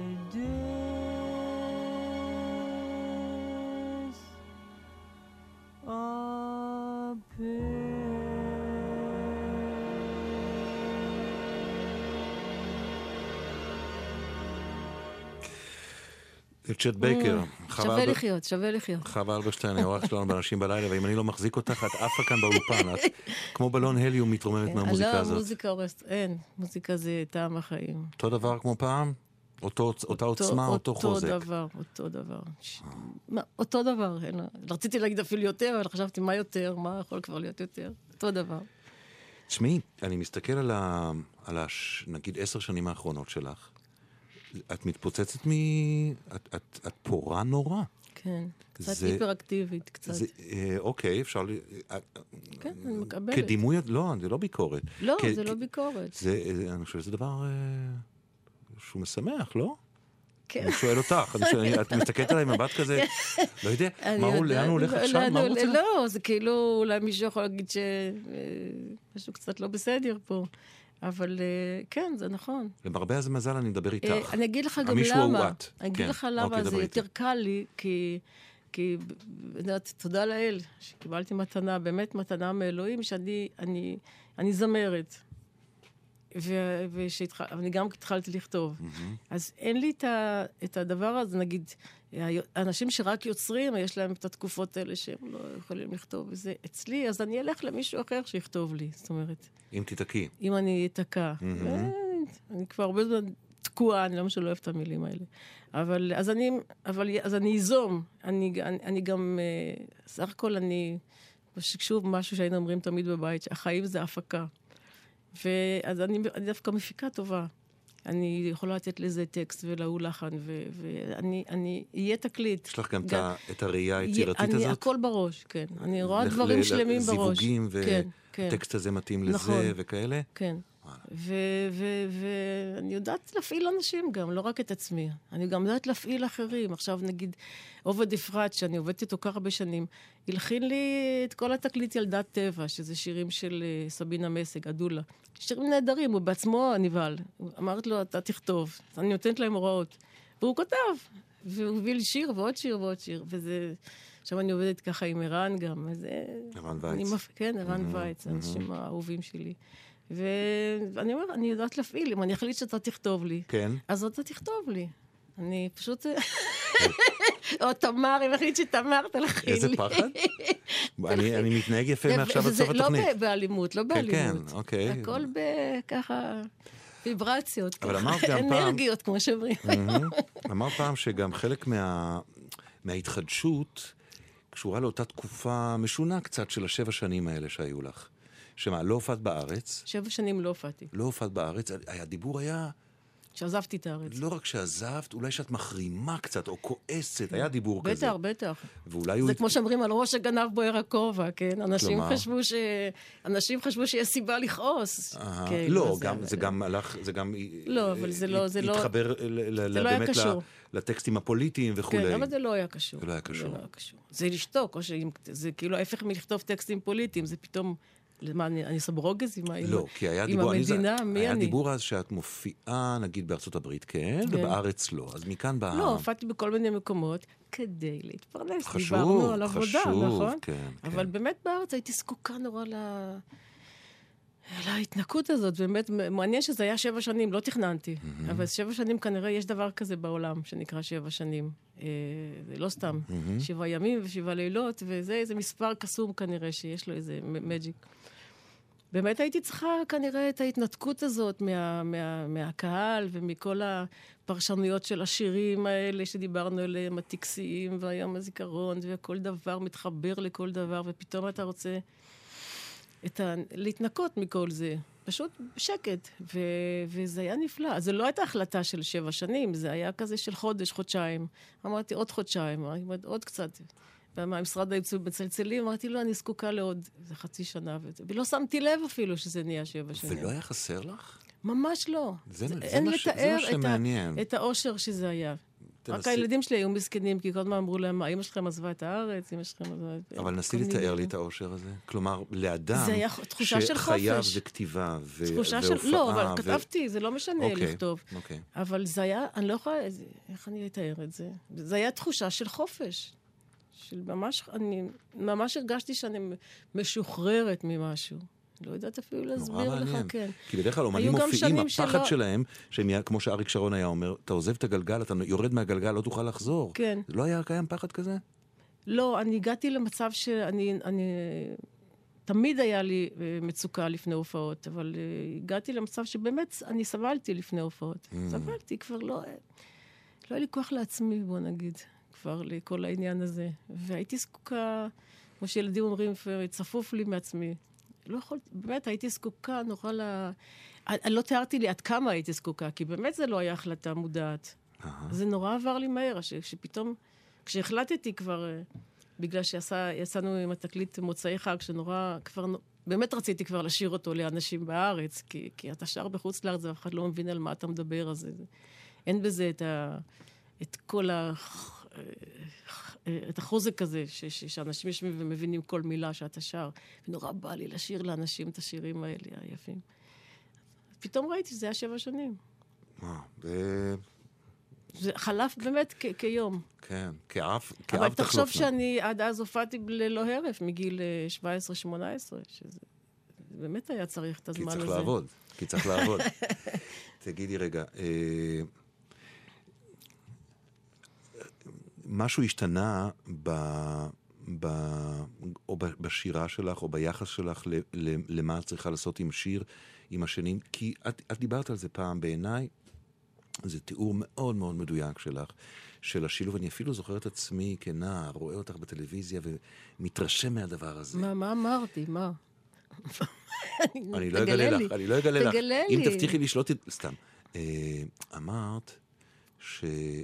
צ'ט בייקר. שווה לחיות, שווה לחיות. חווה אלברשטיין, האורח שלנו באנשים בלילה, ואם אני לא מחזיק אותך, את עפה כאן באולפן, את כמו בלון הליום מתרוממת מהמוזיקה הזאת. לא, מוזיקה הורסת, אין. מוזיקה זה טעם החיים. אותו דבר כמו פעם? אותה עוצמה, אותו חוזק? אותו דבר, אותו דבר. אותו דבר. רציתי להגיד אפילו יותר, אבל חשבתי מה יותר, מה יכול כבר להיות יותר. אותו דבר. תשמעי, אני מסתכל על ה... על הש... נגיד עשר שנים האחרונות שלך. את מתפוצצת מ... את, את, את פורה נורא. כן, קצת זה... היפראקטיבית, קצת. זה, אה, אוקיי, אפשר... ל... כן, אני מקבלת. כדימוי... לא, זה לא ביקורת. לא, כ... זה לא ביקורת. זה, אני חושב שזה דבר אה, שהוא משמח, לא? כן. אני שואל אותך, אני שואל, את מסתכלת עליי מבט כזה, לא יודע, מה הוא, לאן הוא הולך עכשיו, מה הוא רוצה? לא, זה כאילו, אולי מישהו יכול להגיד שמשהו קצת לא בסדר פה. אבל כן, זה נכון. למרבה הזה מזל אני מדבר איתך. אני אגיד לך גם למה. אני אגיד לך למה זה יותר קל לי, כי, כי, תודה לאל, שקיבלתי מתנה, באמת מתנה מאלוהים, שאני, אני, אני זמרת. ואני גם התחלתי לכתוב. אז אין לי את הדבר הזה, נגיד, אנשים שרק יוצרים, יש להם את התקופות האלה שהם לא יכולים לכתוב, וזה אצלי, אז אני אלך למישהו אחר שיכתוב לי, זאת אומרת. אם תתקי. אם אני אתקע. אני כבר הרבה זמן תקועה, אני לא משהו לא אוהב את המילים האלה. אבל, אז אני, אבל, אז אני איזום. אני, אני, אני גם, סך הכל אני, שוב, משהו שהיינו אומרים תמיד בבית, שהחיים זה הפקה. ואז אני, אני דווקא מפיקה טובה. אני יכולה לתת לזה טקסט ולהוא לחן, ואני, אני, יהיה תקליט. יש לך גם גם את הראייה היצירתית הזאת? אני, הכל בראש, כן. אני רואה דברים שלמים בראש. זיווגים וטקסט הזה מתאים לזה וכאלה? כן. ואני יודעת להפעיל אנשים גם, לא רק את עצמי. אני גם יודעת להפעיל אחרים. עכשיו נגיד, עובד אפרת, שאני עובדת איתו ככה בשנים, הלחין לי את כל התקליט ילדת טבע, שזה שירים של סבינה מסג, אדולה. שירים נהדרים, הוא בעצמו נבהל. אמרת לו, אתה תכתוב. אני נותנת להם הוראות. והוא כותב. והוא הביא לי שיר ועוד שיר ועוד שיר. וזה... עכשיו אני עובדת ככה עם ערן גם. ערן וייץ. כן, ערן וייץ, האנשים האהובים שלי. ואני אומר, אני יודעת להפעיל, אם אני אחליט שאתה תכתוב לי, כן. אז אתה תכתוב לי. אני פשוט... או תמר, אם החליט שתמר תלחין לי. איזה פחד? אני, אני מתנהג יפה מעכשיו עד סוף התוכנית. לא באלימות, לא באלימות. כן, כן, אוקיי. הכל בככה ויברציות, אבל אמרת גם פעם... אנרגיות, כמו שאומרים. אמרת פעם שגם חלק מה... מההתחדשות קשורה לאותה תקופה משונה קצת של השבע שנים האלה שהיו לך. שמה, לא הופעת בארץ? שבע שנים לא הופעתי. לא הופעת בארץ, הדיבור היה... שעזבתי את הארץ. לא רק שעזבת, אולי שאת מחרימה קצת, או כועסת, היה דיבור כזה. בטח, בטח. ואולי זה הוא... כמו שאומרים על ראש הגנב בוער הכובע, כן? אנשים כלומר? חשבו ש... אנשים חשבו שיש סיבה לכעוס. אה, כן, לא, זה- גם, זה גם הלך, זה גם... לא, אבל זה לא- זה לא- התחבר ל- ל- זה לא היה באמת ל- קשור. לטקסטים הפוליטיים וכולי. כן, אבל זה לא היה קשור. זה לא היה קשור. זה לא היה קשור. זה לשתוק, או שאם... זה כאילו ההפך מלכתוב טקסטים פוליטיים, זה פתאום... למה, אני, אני סברוגז עם, ה- עם, לא, כי היה עם דיבור, המדינה, אני, מי היה אני? דיבור אז שאת מופיעה, נגיד, בארצות הברית, כן, כן. ובארץ לא. אז מכאן באה... לא, הופעתי בכל מיני מקומות כדי להתפרנס. חשוב, דיברנו על עבודה, חשוב, נכון? כן, אבל כן. באמת בארץ הייתי זקוקה נורא ל... להתנקות הזאת. באמת, מעניין שזה היה שבע שנים, לא תכננתי. Mm-hmm. אבל שבע שנים כנראה יש דבר כזה בעולם, שנקרא שבע שנים. אה, זה לא סתם. Mm-hmm. שבע ימים ושבע לילות, וזה איזה מספר קסום כנראה, שיש לו איזה מג'יק. באמת הייתי צריכה כנראה את ההתנתקות הזאת מה, מה, מהקהל ומכל הפרשנויות של השירים האלה שדיברנו עליהם, הטקסיים והיום הזיכרון, וכל דבר מתחבר לכל דבר, ופתאום אתה רוצה את ה... להתנקות מכל זה. פשוט שקט, ו... וזה היה נפלא. אז זו לא הייתה החלטה של שבע שנים, זה היה כזה של חודש, חודשיים. אמרתי, עוד חודשיים, אמרתי, עוד קצת. והמשרד היצוא מצלצלים, אמרתי, לא, אני זקוקה לעוד איזה חצי שנה, וזה. ולא שמתי לב אפילו שזה נהיה שבע שנים. ולא היה חסר לך? ממש לא. זה, זה, אין מה, ש... לתאר זה מה את, שמעניין. ה... את האושר שזה היה. תנסי... רק הילדים שלי היו מסכנים, כי כל הזמן אמרו להם, אמא שלכם עזבה את הארץ, אמא שלכם עזבה את... אבל נסי לתאר לי את האושר הזה. כלומר, לאדם זה היה תחושה של שחייו חופש. זה כתיבה ו... תחושה והופעה. של... לא, אבל ו... כתבתי, זה לא משנה אוקיי, לכתוב. אוקיי. אבל זה היה, אני לא יכולה, איך אני אתאר את זה? זה היה תחושה של חופש. של ממש, אני ממש הרגשתי שאני משוחררת ממשהו. לא יודעת אפילו להסביר לך, כן. כי בדרך כלל אומנים מופיעים, הפחד שלהם, שהם, כמו שאריק שרון היה אומר, אתה עוזב את הגלגל, אתה יורד מהגלגל, לא תוכל לחזור. כן. זה לא היה קיים פחד כזה? לא, אני הגעתי למצב שאני, אני, תמיד היה לי מצוקה לפני הופעות, אבל הגעתי למצב שבאמת אני סבלתי לפני הופעות. סבלתי, כבר לא, לא היה לי כוח לעצמי, בוא נגיד, כבר לכל העניין הזה. והייתי זקוקה, כמו שילדים אומרים, צפוף לי מעצמי. לא יכולתי, באמת הייתי זקוקה נורא ל... אני לא תיארתי לי עד כמה הייתי זקוקה, כי באמת זה לא היה החלטה מודעת. זה נורא עבר לי מהר, שפתאום, כשהחלטתי כבר, בגלל שיצאנו עם התקליט מוצאי חג, שנורא, כבר, באמת רציתי כבר לשיר אותו לאנשים בארץ, כי, כי אתה שר בחוץ לארץ, ואף אחד לא מבין על מה אתה מדבר, אז אין בזה את ה... את כל ה... את החוזק הזה, ש- ש- שאנשים יושבים ומבינים כל מילה שאתה שר. ונורא בא לי לשיר לאנשים את השירים האלה היפים. פתאום ראיתי שזה היה שבע שנים. מה, ו... זה חלף באמת כ- כיום. כן, כאב, כאב אבל תחשוב תחלופנה. שאני עד אז הופעתי ללא הרף, מגיל שבע עשרה שמונה עשרה, שזה באמת היה צריך את הזמן כי הזה. צריך לעבוד, כי צריך לעבוד. תגידי רגע, אה... משהו השתנה ב, ב, או בשירה שלך, או ביחס שלך ל, ל, למה את צריכה לעשות עם שיר, עם השנים, כי את, את דיברת על זה פעם בעיניי, זה תיאור מאוד מאוד מדויק שלך, של השילוב. אני אפילו זוכר את עצמי כנער, רואה אותך בטלוויזיה ומתרשם מהדבר הזה. מה, מה אמרתי? מה? אני לא אגלה לך, אני לא אגלה לך. תגלה אם לי. תבטיחי לי שלא ת... סתם. אמרת ש...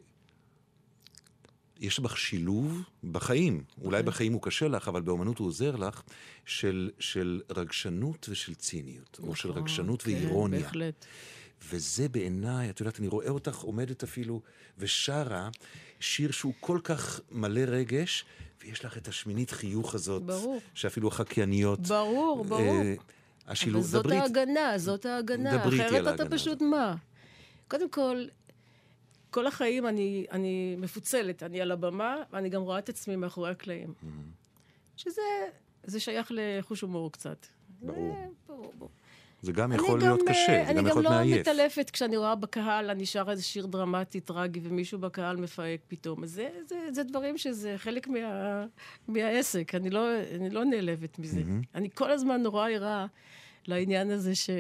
יש בך שילוב בחיים, אולי בחיים הוא קשה לך, אבל באומנות הוא עוזר לך, של, של רגשנות ושל ציניות, או של רגשנות ואירוניה. כן, בהחלט. וזה בעיניי, את יודעת, אני רואה אותך עומדת אפילו ושרה שיר שהוא כל כך מלא רגש, ויש לך את השמינית חיוך הזאת, ברור. שאפילו החקייניות... ברור, ברור. אה, השילוב, אבל זאת דברית, ההגנה, זאת ההגנה. דברי איתי על אחרת אתה ההגנה פשוט מה? קודם כל, כל החיים אני, אני מפוצלת, אני על הבמה, ואני גם רואה את עצמי מאחורי הקלעים. שזה זה שייך לחוש הומור קצת. ברור. זה, ברור, ברור. זה גם יכול להיות קשה, זה גם יכול להיות מעייף. אני גם לא מטלפת כשאני רואה בקהל, אני שרה איזה שיר דרמטי, טרגי, ומישהו בקהל מפהק פתאום. זה, זה, זה דברים שזה חלק מה, מהעסק, אני לא, אני לא נעלבת מזה. Mm-hmm. אני כל הזמן נורא ערה לעניין הזה ש...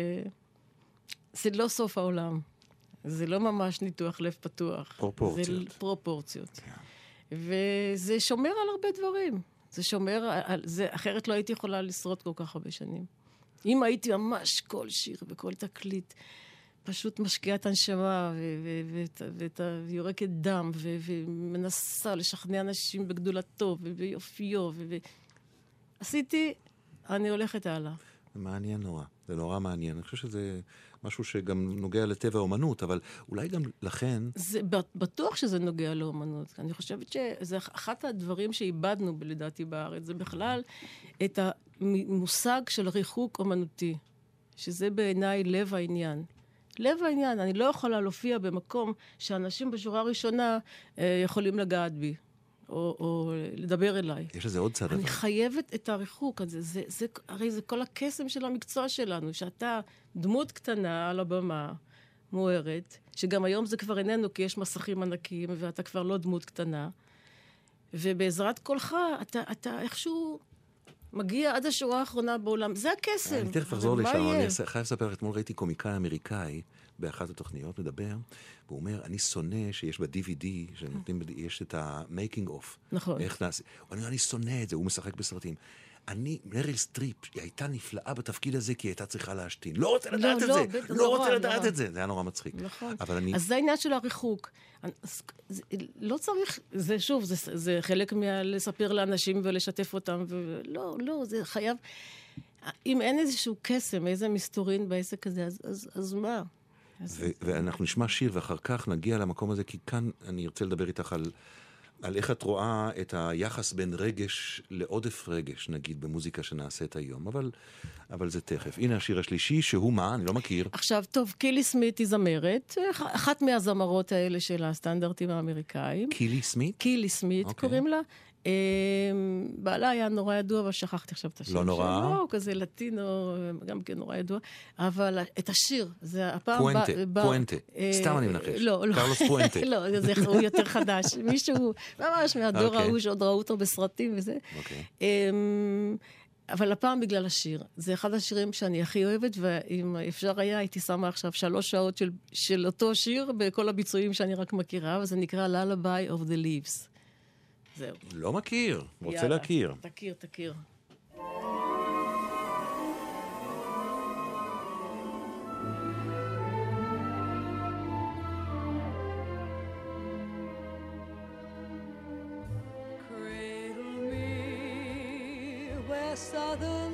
זה לא סוף העולם. זה לא ממש ניתוח לב פתוח. פרופורציות. זה פרופורציות. Yeah. וזה שומר על הרבה דברים. זה שומר על... זה, אחרת לא הייתי יכולה לשרוד כל כך הרבה שנים. אם הייתי ממש כל שיר וכל תקליט, פשוט משקיעה את הנשמה, ואת היורקת דם, ומנסה לשכנע אנשים בגדולתו, וביופיו, עשיתי, אני הולכת הלאה. זה מעניין נורא, זה נורא מעניין. אני חושב שזה משהו שגם נוגע לטבע האומנות, אבל אולי גם לכן... זה בטוח שזה נוגע לאומנות. אני חושבת שזה אחת הדברים שאיבדנו לדעתי בארץ, זה בכלל את המושג של ריחוק אומנותי, שזה בעיניי לב העניין. לב העניין, אני לא יכולה להופיע במקום שאנשים בשורה הראשונה אה, יכולים לגעת בי. או, או לדבר אליי. יש לזה עוד צד. אני חייבת את הריחוק הזה. זה, זה, הרי זה כל הקסם של המקצוע שלנו, שאתה דמות קטנה על הבמה, מוארת, שגם היום זה כבר איננו, כי יש מסכים ענקיים, ואתה כבר לא דמות קטנה. ובעזרת קולך, אתה, אתה איכשהו מגיע עד השורה האחרונה בעולם. זה הקסם. אני תכף אחזור לשם, אני חייב לספר, אתמול ראיתי קומיקאי אמריקאי, באחת התוכניות מדבר, והוא אומר, אני שונא שיש ב-די וי די, שנותנים, יש את ה-making of. נכון. איך נעשה. הוא אומר, אני שונא את זה, הוא משחק בסרטים. אני, מריל סטריפ, היא הייתה נפלאה בתפקיד הזה, כי היא הייתה צריכה להשתין. לא רוצה לדעת את זה, לא רוצה לדעת את זה. זה היה נורא מצחיק. נכון. אז זה העניין של הריחוק. לא צריך, זה שוב, זה חלק מלספר לאנשים ולשתף אותם, ולא, לא, זה חייב... אם אין איזשהו קסם, איזה מסתורין בעסק הזה, אז מה? ואנחנו נשמע שיר, ואחר כך נגיע למקום הזה, כי כאן אני ארצה לדבר איתך על, על איך את רואה את היחס בין רגש לעודף רגש, נגיד, במוזיקה שנעשית היום. אבל, אבל זה תכף. הנה השיר השלישי, שהוא מה? אני לא מכיר. עכשיו, טוב, קילי סמית היא זמרת, אחת מהזמרות האלה של הסטנדרטים האמריקאים. קילי סמית? קילי סמית, okay. קוראים לה. בעלה היה נורא ידוע, אבל שכחתי עכשיו את השיר. לא נורא. לא, כזה לטינו, גם כן נורא ידוע. אבל את השיר, זה הפעם... פואנטה, פואנטה. סתם אני מנחש. לא, לא. קרלוס פואנטה. לא, זה הוא יותר חדש. מישהו ממש מהדור ההוא שעוד ראו אותו בסרטים וזה. אוקיי. אבל הפעם בגלל השיר. זה אחד השירים שאני הכי אוהבת, ואם אפשר היה, הייתי שמה עכשיו שלוש שעות של, של אותו שיר, בכל הביצועים שאני רק מכירה, וזה נקרא Lullaby of the Leaves. זהו. לא מכיר, רוצה להכיר. תכיר, תכיר. Southern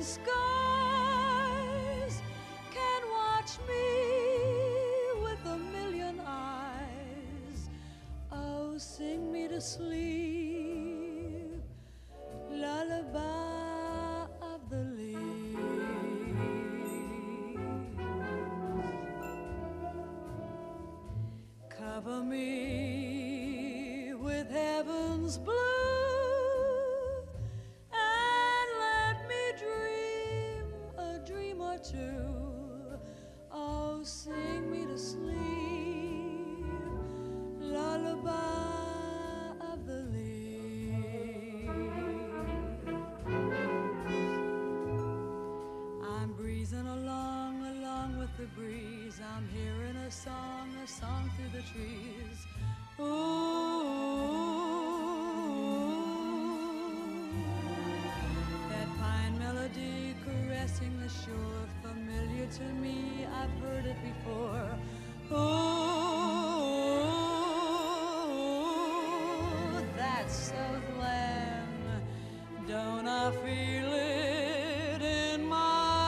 skies can watch me with a million eyes. Oh, sing me to sleep, lullaby of the leaves. Cover me with heaven's blue. Too. Oh, sing me to sleep, lullaby of the leaves. I'm breezing along, along with the breeze. I'm hearing a song, a song through the trees. Ooh, that pine melody caressing the shore. Familiar to me, I've heard it before. Oh, that Southland, don't I feel it in my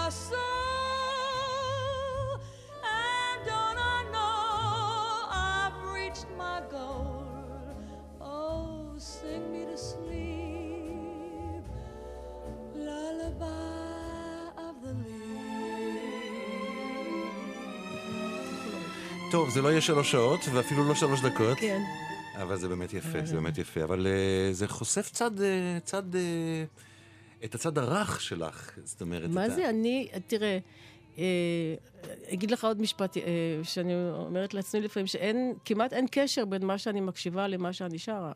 soul? And don't I know I've reached my goal? Oh, sing me to sleep, lullaby. טוב, זה לא יהיה שלוש שעות, ואפילו לא שלוש דקות. כן. אבל זה באמת יפה, זה באמת יפה. אבל uh, זה חושף צד, uh, צד, uh, את הצד הרך שלך, זאת אומרת. מה זה? ה... אני, תראה, uh, אגיד לך עוד משפט, שאני אומרת לעצמי לפעמים, שאין, כמעט אין קשר בין מה שאני מקשיבה למה שאני שרה.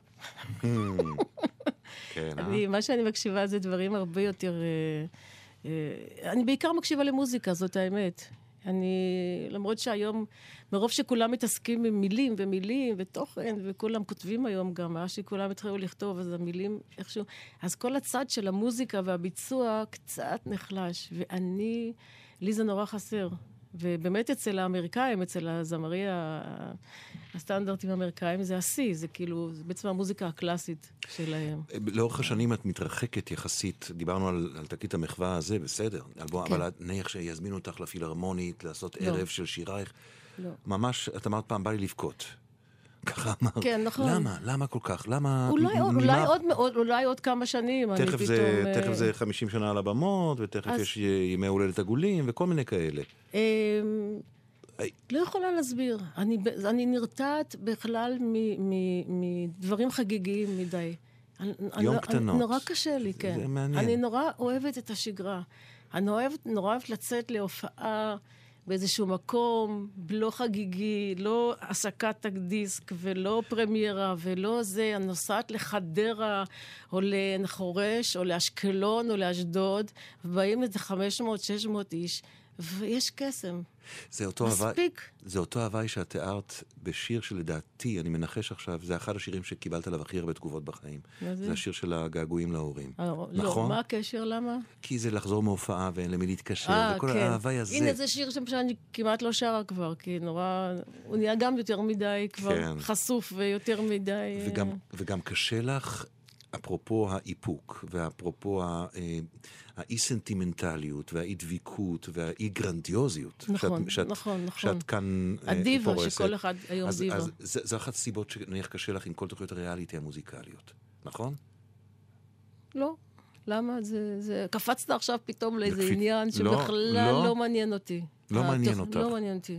כן, אה? אני, מה שאני מקשיבה זה דברים הרבה יותר... אני בעיקר מקשיבה למוזיקה, זאת האמת. אני, למרות שהיום, מרוב שכולם מתעסקים עם מילים ומילים ותוכן, וכולם כותבים היום גם, מה שכולם התחילו לכתוב, אז המילים איכשהו... אז כל הצד של המוזיקה והביצוע קצת נחלש, ואני, לי זה נורא חסר. ובאמת אצל האמריקאים, אצל הזמרי הסטנדרטים האמריקאים, זה השיא, זה כאילו, זה בעצם המוזיקה הקלאסית שלהם. לאורך השנים את מתרחקת יחסית, דיברנו על, על תקליט המחווה הזה, בסדר, אלבום, כן. אבל נניח שיזמינו אותך לפילהרמונית, לעשות לא. ערב של שירייך, לא. ממש, את אמרת פעם, בא לי לבכות. ככה אמרת. כן, נכון. למה? למה כל כך? למה... אולי, ממה... אולי, עוד, עוד, אולי עוד כמה שנים, תכף אני זה, פתאום... תכף זה חמישים שנה על הבמות, ותכף אז... יש ימי הולדת עגולים, וכל מיני כאלה. לא יכולה להסביר. אני, אני נרתעת בכלל מדברים חגיגיים מדי. יום קטנות. נורא קשה לי, כן. זה מעניין. אני נורא אוהבת את השגרה. אני אוהבת, נורא אוהבת לצאת להופעה באיזשהו מקום, לא חגיגי, לא הסקת דיסק, ולא פרמיירה, ולא זה, אני נוסעת לחדרה, או לחורש, או לאשקלון, או לאשדוד, ובאים איזה חמש מאות שש מאות איש, ויש קסם. זה אותו מספיק. הוואי, זה אותו הוואי שאת תיארת בשיר שלדעתי, אני מנחש עכשיו, זה אחד השירים שקיבלת עליו הכי הרבה תגובות בחיים. מה זה? זה השיר של הגעגועים להורים. אה, נכון? לא, מה הקשר? למה? כי זה לחזור מהופעה ואין למי להתקשר, אה, וכל כן. ההוואי הזה. הנה, זה שיר שאני כמעט לא שרה כבר, כי נורא... הוא נהיה גם יותר מדי כבר כן. חשוף ויותר מדי... וגם, וגם קשה לך, אפרופו האיפוק, ואפרופו האי-סנטימנטליות, והאי-דביקות, והאי-גרנדיוזיות. נכון, שאת, נכון, נכון. שאת כאן הדיבה, פורסת. שכל אחד היום אז, דיבה. אז זה, זה אחת הסיבות שנניח קשה לך עם כל תוכניות הריאליטי המוזיקליות, נכון? לא. למה? זה, זה... קפצת עכשיו פתאום לאיזה לקפ... עניין שבכלל לא, לא, לא מעניין אותי. לא התוכ... מעניין אותך. לא מעניין אותי.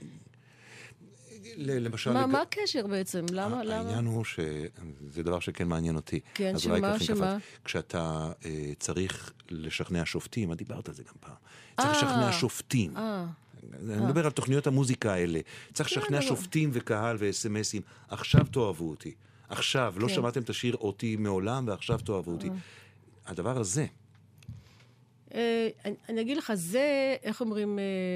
למשל... מה, לג... מה הקשר בעצם? למה? למה? העניין הוא שזה דבר שכן מעניין אותי. כן, אז שמה, שמה? כשאתה אה, צריך לשכנע שופטים, את דיברת על זה גם פעם. צריך לשכנע שופטים. אה. אני מדבר על תוכניות המוזיקה האלה. צריך לשכנע שופטים וקהל ו-אס-אם-אסים. עכשיו תאהבו אותי. עכשיו, לא שמעתם את השיר אותי מעולם, ועכשיו תאהבו אותי. הדבר הזה. אני אגיד לך, זה, איך אומרים...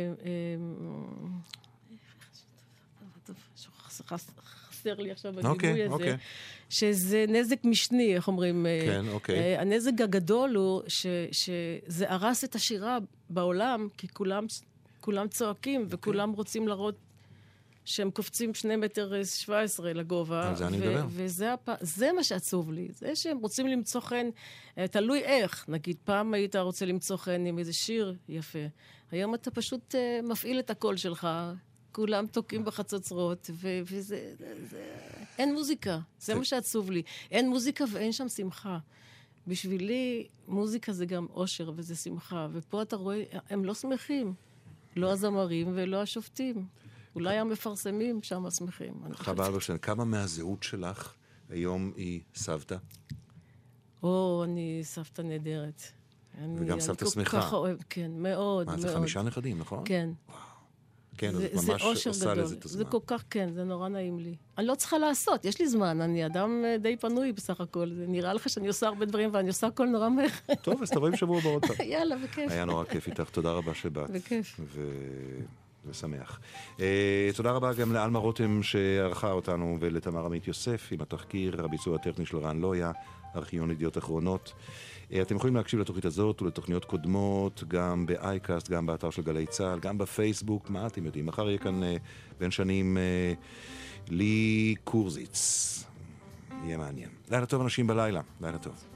חסר לי עכשיו בגיבוי הזה, okay, okay. שזה נזק משני, איך אומרים. כן, אוקיי. Okay. הנזק הגדול הוא ש, שזה הרס את השירה בעולם, כי כולם, כולם צועקים, okay. וכולם רוצים להראות שהם קופצים שני מטר שבע עשרה לגובה. על זה אני מדבר. וזה הפ... זה מה שעצוב לי. זה שהם רוצים למצוא חן, תלוי איך. נגיד, פעם היית רוצה למצוא חן עם איזה שיר יפה. היום אתה פשוט uh, מפעיל את הקול שלך, כולם תוקעים בחצוצרות, ו- וזה... זה... אין מוזיקה. זה מה שעצוב לי. אין מוזיקה ואין שם שמחה. בשבילי, מוזיקה זה גם אושר וזה שמחה. ופה אתה רואה, הם לא שמחים. לא הזמרים ולא השופטים. אולי המפרסמים שם שמחים. חבל בשן, כמה מהזהות שלך היום היא סבתא? או, אני סבתא נהדרת. וגם סבתא שמחה. כן, מאוד, מאוד. מה, זה חמישה נכדים, נכון? כן. כן, אז ממש עושה לזה את הזמן. זה כל כך, כן, זה נורא נעים לי. אני לא צריכה לעשות, יש לי זמן, אני אדם די פנוי בסך הכל. זה נראה לך שאני עושה הרבה דברים, ואני עושה הכל נורא מהר. טוב, אז תבואי בשבוע הבא עוד פעם. יאללה, בכיף. היה נורא כיף איתך, תודה רבה שבאת. בכיף. ושמח. תודה רבה גם לאלמה רותם שערכה אותנו, ולתמר עמית יוסף עם התחקיר, הביצוע הטכני של רן לויה, ארכיון ידיעות אחרונות. אתם יכולים להקשיב לתוכנית הזאת ולתוכניות קודמות, גם באייקאסט, גם באתר של גלי צהל, גם בפייסבוק, מה אתם יודעים? מחר יהיה כאן בין שנים לי קורזיץ. יהיה מעניין. לילה טוב אנשים בלילה, לילה טוב.